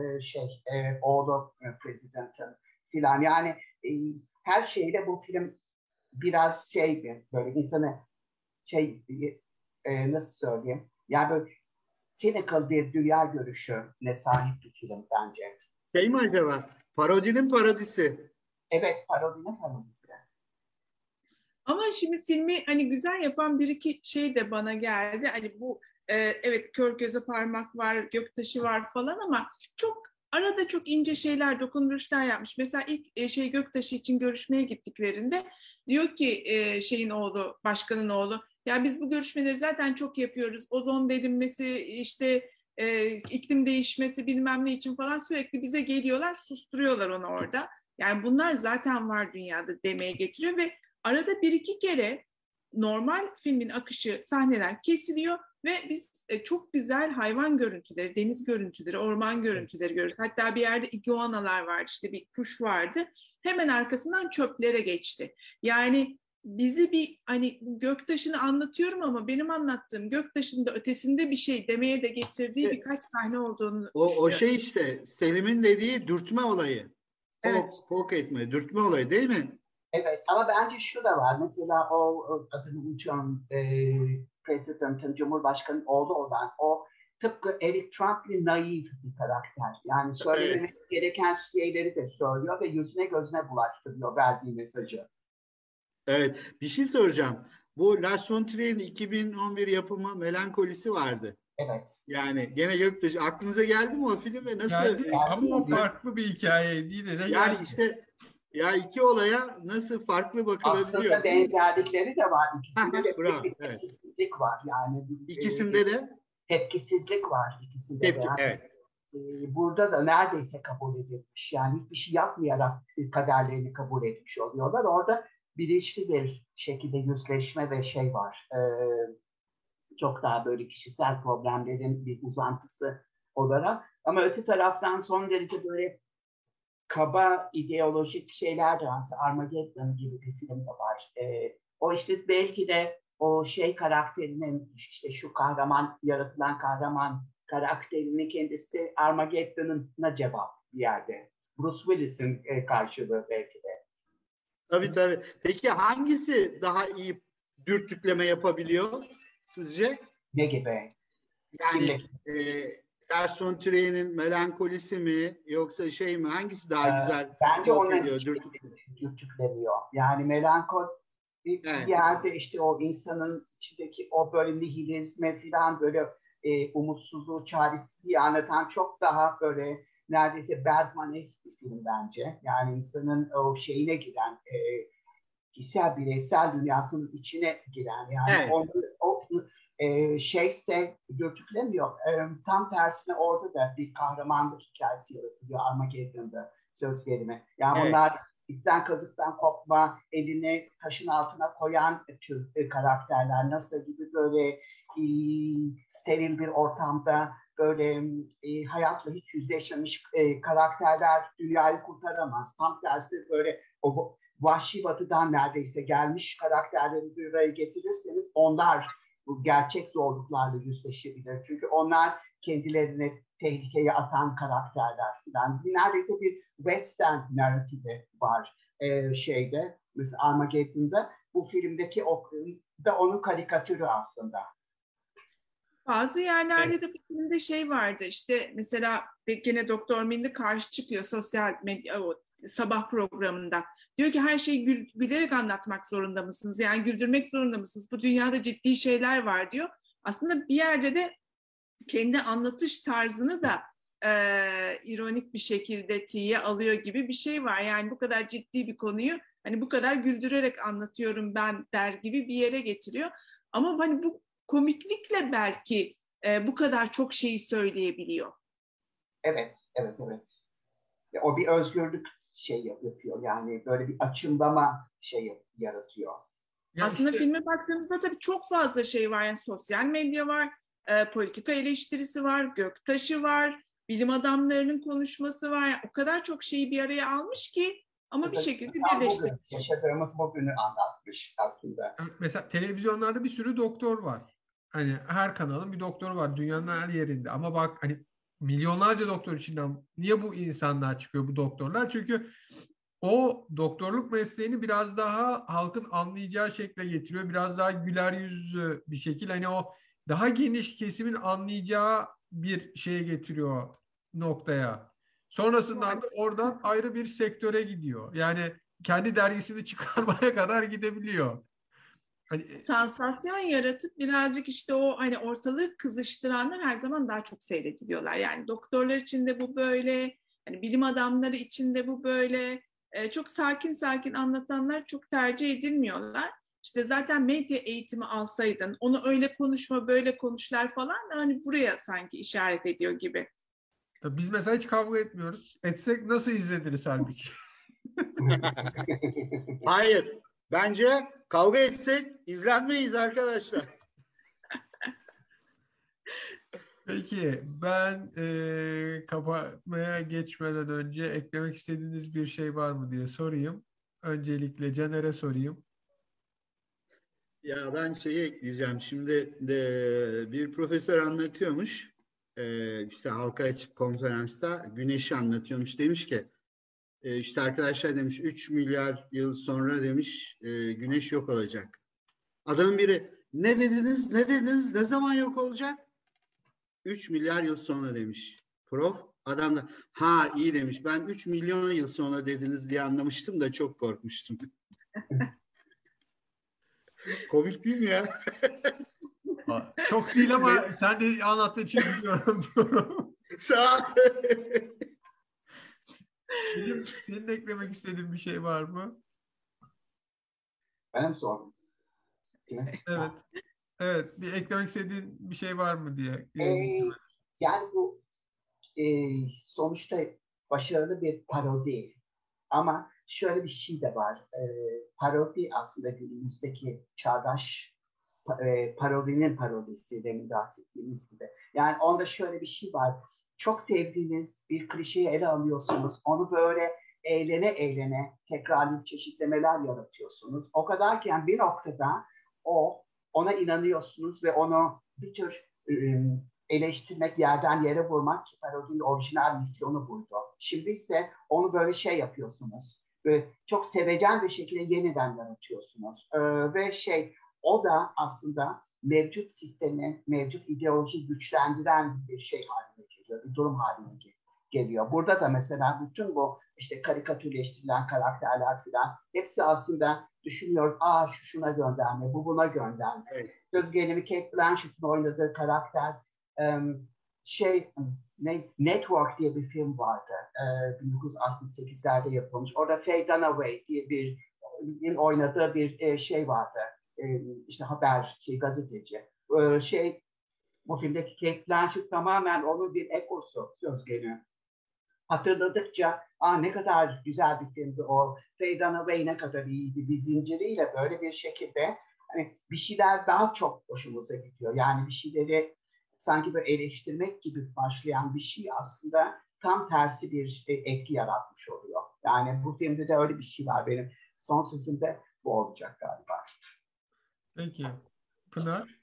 oğlu President'ın filan. Yani her şeyle bu film biraz böyle insanı nasıl söyleyeyim yani böyle cynical bir dünya görüşüne sahip bir film bence. Şey mi acaba? Parodinin parodisi. Evet, parodinin parodisi. Ama şimdi filmi hani güzel yapan bir iki şey de bana geldi. Hani bu evet kör göze parmak var, göktaşı var falan ama arada çok ince şeyler, dokunuşlar yapmış. Mesela ilk göktaşı için görüşmeye gittiklerinde diyor ki şeyin oğlu, başkanın oğlu, ya biz bu görüşmeleri zaten çok yapıyoruz. Ozon delinmesi, işte iklim değişmesi bilmem ne için falan sürekli bize geliyorlar, susturuyorlar onu orada. Yani bunlar zaten var dünyada demeye getiriyor ve arada bir iki kere normal filmin akışı sahneler kesiliyor ve biz çok güzel hayvan görüntüleri, deniz görüntüleri, orman görüntüleri görüyoruz. Hatta bir yerde iguanalar vardı, işte bir kuş vardı. Hemen arkasından çöplere geçti. Yani bizi bir hani göktaşını anlatıyorum ama benim anlattığım göktaşının da ötesinde bir şey demeye de getirdiği birkaç sahne olduğunu O düşünüyorum. şey işte Selim'in dediği dürtme olayı. Evet. Folk etme, dürtme olayı değil mi? Evet ama bence şu da var. Mesela o adını unutuyorum President'ın, Cumhurbaşkanı'nın oğlu olan o tıpkı Eric Trump'li naif bir karakter. Yani söylememiz gereken şeyleri de söylüyor ve yüzüne gözüne bulaştırıyor verdiği mesajı. Evet, bir şey soracağım. Bu Lars von Trier'in 2011 yapımı Melankolisi vardı. Evet. Yani gene Göktaş, aklınıza geldi mi o film ve nasıl? Geldi ama o farklı bir hikayeydi. Yine de Yani geldi. işte ya iki olaya nasıl farklı bakılabiliyor? Aslında benzerlikleri de var. İkisinde de Bravo, bir evet. tepkisizlik var. Yani İkisinde de tepkisizlik var ikisinde de. tepki, Yani, evet. burada da neredeyse kabul edilmiş. Yani hiçbir şey yapmayarak kaderlerini kabul etmiş oluyorlar. Orada bilinçli bir şekilde yüzleşme ve şey var. Çok daha böyle kişisel problemlerin bir uzantısı olarak. Ama öte taraftan son derece böyle kaba ideolojik şeyler de var. Armageddon gibi bir film de var. O işte belki de o şey karakterinin işte şu kahraman, yaratılan kahraman karakterinin kendisi Armageddon'una cevap bir yerde. Bruce Willis'in karşılığı belki de. Tabii. Peki hangisi daha iyi dürtükleme yapabiliyor sizce? Ne gibi? Yani Lars von Trier'in Melankolisi mi yoksa şey mi? Hangisi daha güzel? Bence onların dürtüklemiyor. Yani melankol bir yerde işte o insanın içindeki o böyle nihilizme falan böyle umutsuzluğu, çaresizliği anlatan çok daha böyle neredeyse Bergman-esk bir film bence. Yani insanın o şeyine giren kişisel bireysel dünyasının içine giren yani o şeyse dürtüklemiyor. Tam tersine orada da bir kahramanlık hikayesi yaratılıyor Armageddon'da söz gelimi. Yani bunlar ipten kazıktan kopma, elini taşın altına koyan tür karakterler. Nasıl gibi böyle steril bir ortamda böyle hayatla hiç yüzleşmemiş karakterler dünyayı kurtaramaz. Tam tersine böyle o vahşi batıdan neredeyse gelmiş karakterleri bir araya getirirseniz onlar bu gerçek zorluklarla yüzleşebilir. Çünkü onlar kendilerini tehlikeye atan karakterler falan. Neredeyse bir western narratifi var şeyde. Mesela Armageddon'da bu filmdeki da onun karikatürü aslında. Bazı yerlerde de bu filmde şey vardı işte mesela gene Doktor Mindi karşı çıkıyor sosyal medya o sabah programında. Diyor ki her şeyi gülerek anlatmak zorunda mısınız? Yani güldürmek zorunda mısınız? Bu dünyada ciddi şeyler var diyor. Aslında bir yerde de kendi anlatış tarzını da ironik bir şekilde tiye alıyor gibi bir şey var. Yani bu kadar ciddi bir konuyu hani bu kadar güldürerek anlatıyorum ben der gibi bir yere getiriyor. Ama hani bu komiklikle belki bu kadar çok şeyi söyleyebiliyor. Evet. O bir özgürlük şey yapıyor. Yani böyle bir açımlama şey yaratıyor. Aslında filme baktığımızda tabii çok fazla şey var. Yani sosyal medya var, politika eleştirisi var, göktaşı var, bilim adamlarının konuşması var. Yani o kadar çok şeyi bir araya almış ki ama bir şekilde birleştirmiş. Yaşadığımız bugünü anlatmış aslında. Mesela televizyonlarda bir sürü doktor var. Hani her kanalın bir doktoru var dünyanın her yerinde. Ama bak hani milyonlarca doktor içinden niye bu insanlar çıkıyor bu doktorlar? Çünkü o doktorluk mesleğini biraz daha halkın anlayacağı şekle getiriyor. Biraz daha güler yüzlü bir şekilde hani o daha geniş kesimin anlayacağı bir şeye getiriyor noktaya. Sonrasından da oradan ayrı bir sektöre gidiyor. Yani kendi dergisini çıkarmaya kadar gidebiliyor. Hani, sansasyon yaratıp birazcık işte o hani ortalığı kızıştıranlar her zaman daha çok seyrediliyorlar. Yani doktorlar için de bu böyle, hani bilim adamları için de bu böyle. Çok sakin anlatanlar çok tercih edilmiyorlar. İşte zaten medya eğitimi alsaydın, onu öyle konuşma, böyle konuşlar falan da hani buraya sanki işaret ediyor gibi. biz mesela hiç kavga etmiyoruz. Etsek nasıl izleniriz halbuki? Hayır. Bence kavga etsek izlenmeyiz arkadaşlar. Peki ben kapatmaya geçmeden önce eklemek istediğiniz bir şey var mı diye sorayım. Öncelikle Caner'e sorayım. Ya ben şeyi ekleyeceğim. Şimdi de bir profesör anlatıyormuş. İşte halka açık konferansta güneşi anlatıyormuş. Demiş ki işte arkadaşlar demiş 3 milyar yıl sonra demiş güneş yok olacak. Adamın biri ne dediniz ne zaman yok olacak? 3 milyar yıl sonra demiş. Prof, adam da ha iyi demiş. Ben 3 milyon yıl sonra dediniz diye anlamıştım da çok korkmuştum. Komik değil mi ya? Çok değil ama sen de anlattığın için biliyorum diyorum. Sağ ol. Senin eklemek istediğin bir şey var mı? Benim sorum. Evet. Evet. Bir eklemek istediğin bir şey var mı diye. Yani bu sonuçta başarılı bir parodi. Ama şöyle bir şey de var. Parodi aslında günümüzdeki çağdaş parodinin parodisi demin bahsettiğimiz gibi. Yani onda şöyle bir şey var. Çok sevdiğiniz bir klişeyi ele alıyorsunuz. Onu böyle eğlene eğlene tekrarlayıp çeşitlemeler yaratıyorsunuz. O kadar ki yani bir noktada ona inanıyorsunuz ve onu bir tür eleştirmek, yerden yere vurmak parodinin orijinal misyonu buydu. Şimdi ise onu böyle şey yapıyorsunuz. Böyle çok sevecen bir şekilde yeniden yaratıyorsunuz. Ve o da aslında mevcut sistemi, mevcut ideolojiyi güçlendiren bir şey haline geliyor, bir durum haline geliyor. Burada da mesela bütün bu işte karikatürleştirilen karakterler falan hepsi aslında düşünüyor, şu şuna gönderme, bu buna gönderme. Evet. Göz gelimi Cate Blanchett'in oynadığı karakter Network diye bir film vardı. 1968'lerde yapılmış. Orada Faye Dunaway diye bir oynadığı bir şey vardı. İşte gazeteci. Bu filmdeki Cate Blanchett tamamen onun bir ekosu söz geliyor. Hatırladıkça ne kadar güzel bir filmdi o. Faye Dunaway ne kadar iyiydi. Bir zinciriyle böyle bir şekilde hani bir şeyler daha çok hoşumuza gidiyor. Yani bir şeyleri sanki böyle eleştirmek gibi başlayan bir şey aslında tam tersi bir etki yaratmış oluyor. Yani bu filmde de öyle bir şey var. Benim son sözüm de bu olacak galiba. Peki. Pınar?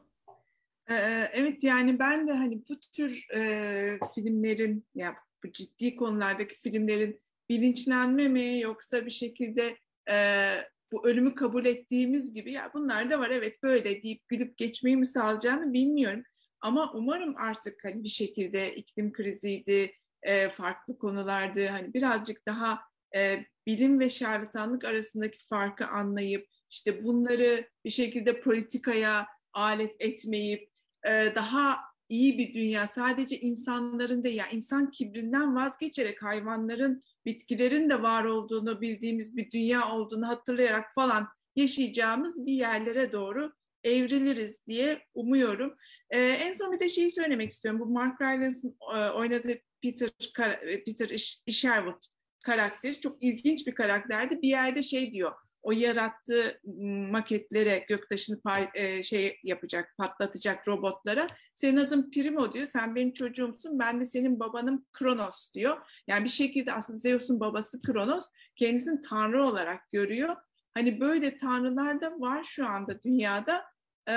Evet yani ben de hani bu tür filmlerin ya bu ciddi konulardaki filmlerin bilinçlenme mi yoksa bir şekilde bu ölümü kabul ettiğimiz gibi ya bunlar da var evet böyle deyip gülüp geçmeyi mi sağlayacağını bilmiyorum. Ama umarım artık hani bir şekilde iklim kriziydi, farklı konulardı hani birazcık daha bilim ve şarlatanlık arasındaki farkı anlayıp işte bunları bir şekilde politikaya alet etmeyip daha iyi bir dünya sadece insanların değil yani insan kibrinden vazgeçerek hayvanların, bitkilerin de var olduğunu bildiğimiz bir dünya olduğunu hatırlayarak falan yaşayacağımız bir yerlere doğru evriliriz diye umuyorum. En son bir de şeyi söylemek istiyorum. Bu Mark Rylance'ın oynadığı Peter Isherwood karakteri çok ilginç bir karakterdi. Bir yerde şey diyor. O yarattığı maketlere göktaşını yapacak, patlatacak robotlara. Senin adın Primo diyor. Sen benim çocuğumsun. Ben de senin babanım Kronos diyor. Yani bir şekilde aslında Zeus'un babası Kronos kendisini tanrı olarak görüyor. Hani böyle tanrılar da var şu anda dünyada.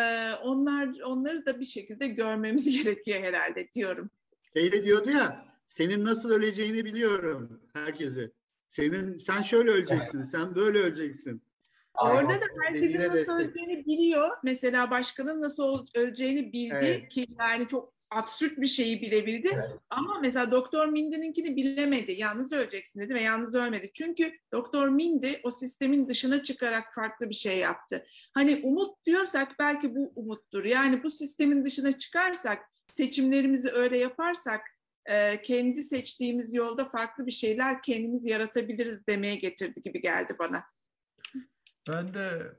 Onları da bir şekilde görmemiz gerekiyor herhalde diyorum. Şeyde diyordu ya, senin nasıl öleceğini biliyorum herkese. Sen şöyle öleceksin, sen böyle öleceksin. Orada da herkesin nasıl öleceğini biliyor. Mesela başkanın nasıl öleceğini bildi evet. Ki yani çok absürt bir şeyi bilebildi. Evet. Ama mesela Doktor Mindy'ninkini bilemedi. Yalnız öleceksin dedi ve yalnız ölmedi. Çünkü Doktor Mindy o sistemin dışına çıkarak farklı bir şey yaptı. Hani umut diyorsak belki bu umuttur. Yani bu sistemin dışına çıkarsak, seçimlerimizi öyle yaparsak kendi seçtiğimiz yolda farklı bir şeyler kendimiz yaratabiliriz demeye getirdi gibi geldi bana. Ben de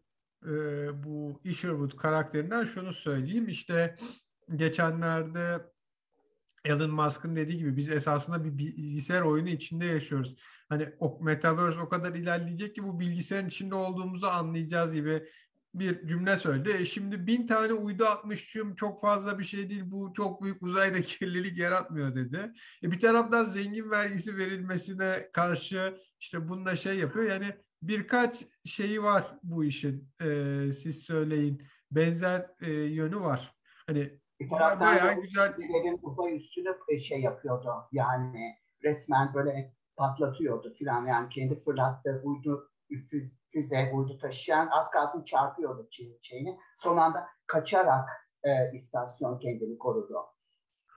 bu Isherwood karakterinden şunu söyleyeyim. İşte geçenlerde Elon Musk'ın dediği gibi biz esasında bir bilgisayar oyunu içinde yaşıyoruz. Hani o Metaverse o kadar ilerleyecek ki bu bilgisayarın içinde olduğumuzu anlayacağız gibi bir cümle söyledi. Şimdi 1000 tane uydu atmışım çok fazla bir şey değil. Bu çok büyük uzayda kirlilik yaratmıyor dedi. Bir taraftan zengin vergisi verilmesine karşı işte bununla şey yapıyor. Yani birkaç şeyi var bu işin. Siz söyleyin. Benzer yönü var. Hani bir taraftan bayağı güzel. Uzay üstüne şey yapıyordu. Yani resmen böyle patlatıyordu filan. Yani kendi fırlattığı uydu füze uydu taşıyan az kalsın çarpıyordu şeyini. Son anda kaçarak istasyon kendini korudu.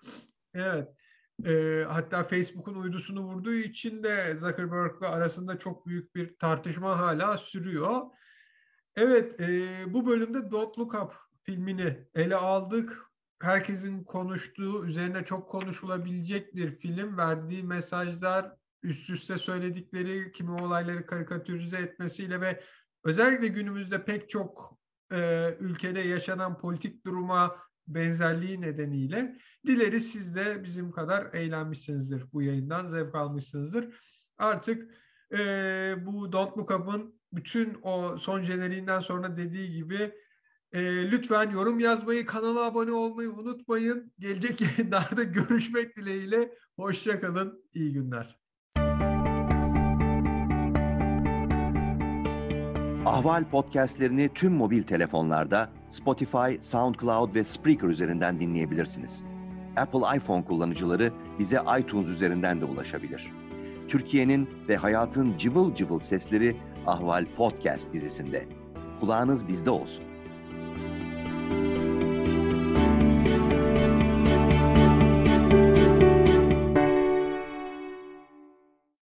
Evet. Hatta Facebook'un uydusunu vurduğu için de Zuckerberg'le arasında çok büyük bir tartışma hala sürüyor. Evet, bu bölümde Don't Look Up filmini ele aldık. Herkesin konuştuğu, üzerine çok konuşulabilecek bir film. Verdiği mesajlar, üst üste söyledikleri, kimi olayları karikatürize etmesiyle ve özellikle günümüzde pek çok ülkede yaşanan politik duruma benzerliği nedeniyle dileriz siz de bizim kadar eğlenmişsinizdir bu yayından, zevk almışsınızdır. Artık bu Don't Look Up'ın bütün o son jeneriğinden sonra dediği gibi lütfen yorum yazmayı, kanala abone olmayı unutmayın. Gelecek yayınlarda görüşmek dileğiyle. Hoşça kalın, iyi günler. Ahval podcastlerini tüm mobil telefonlarda Spotify, SoundCloud ve Spreaker üzerinden dinleyebilirsiniz. Apple iPhone kullanıcıları bize iTunes üzerinden de ulaşabilir. Türkiye'nin ve hayatın cıvıl cıvıl sesleri Ahval Podcast dizisinde. Kulağınız bizde olsun.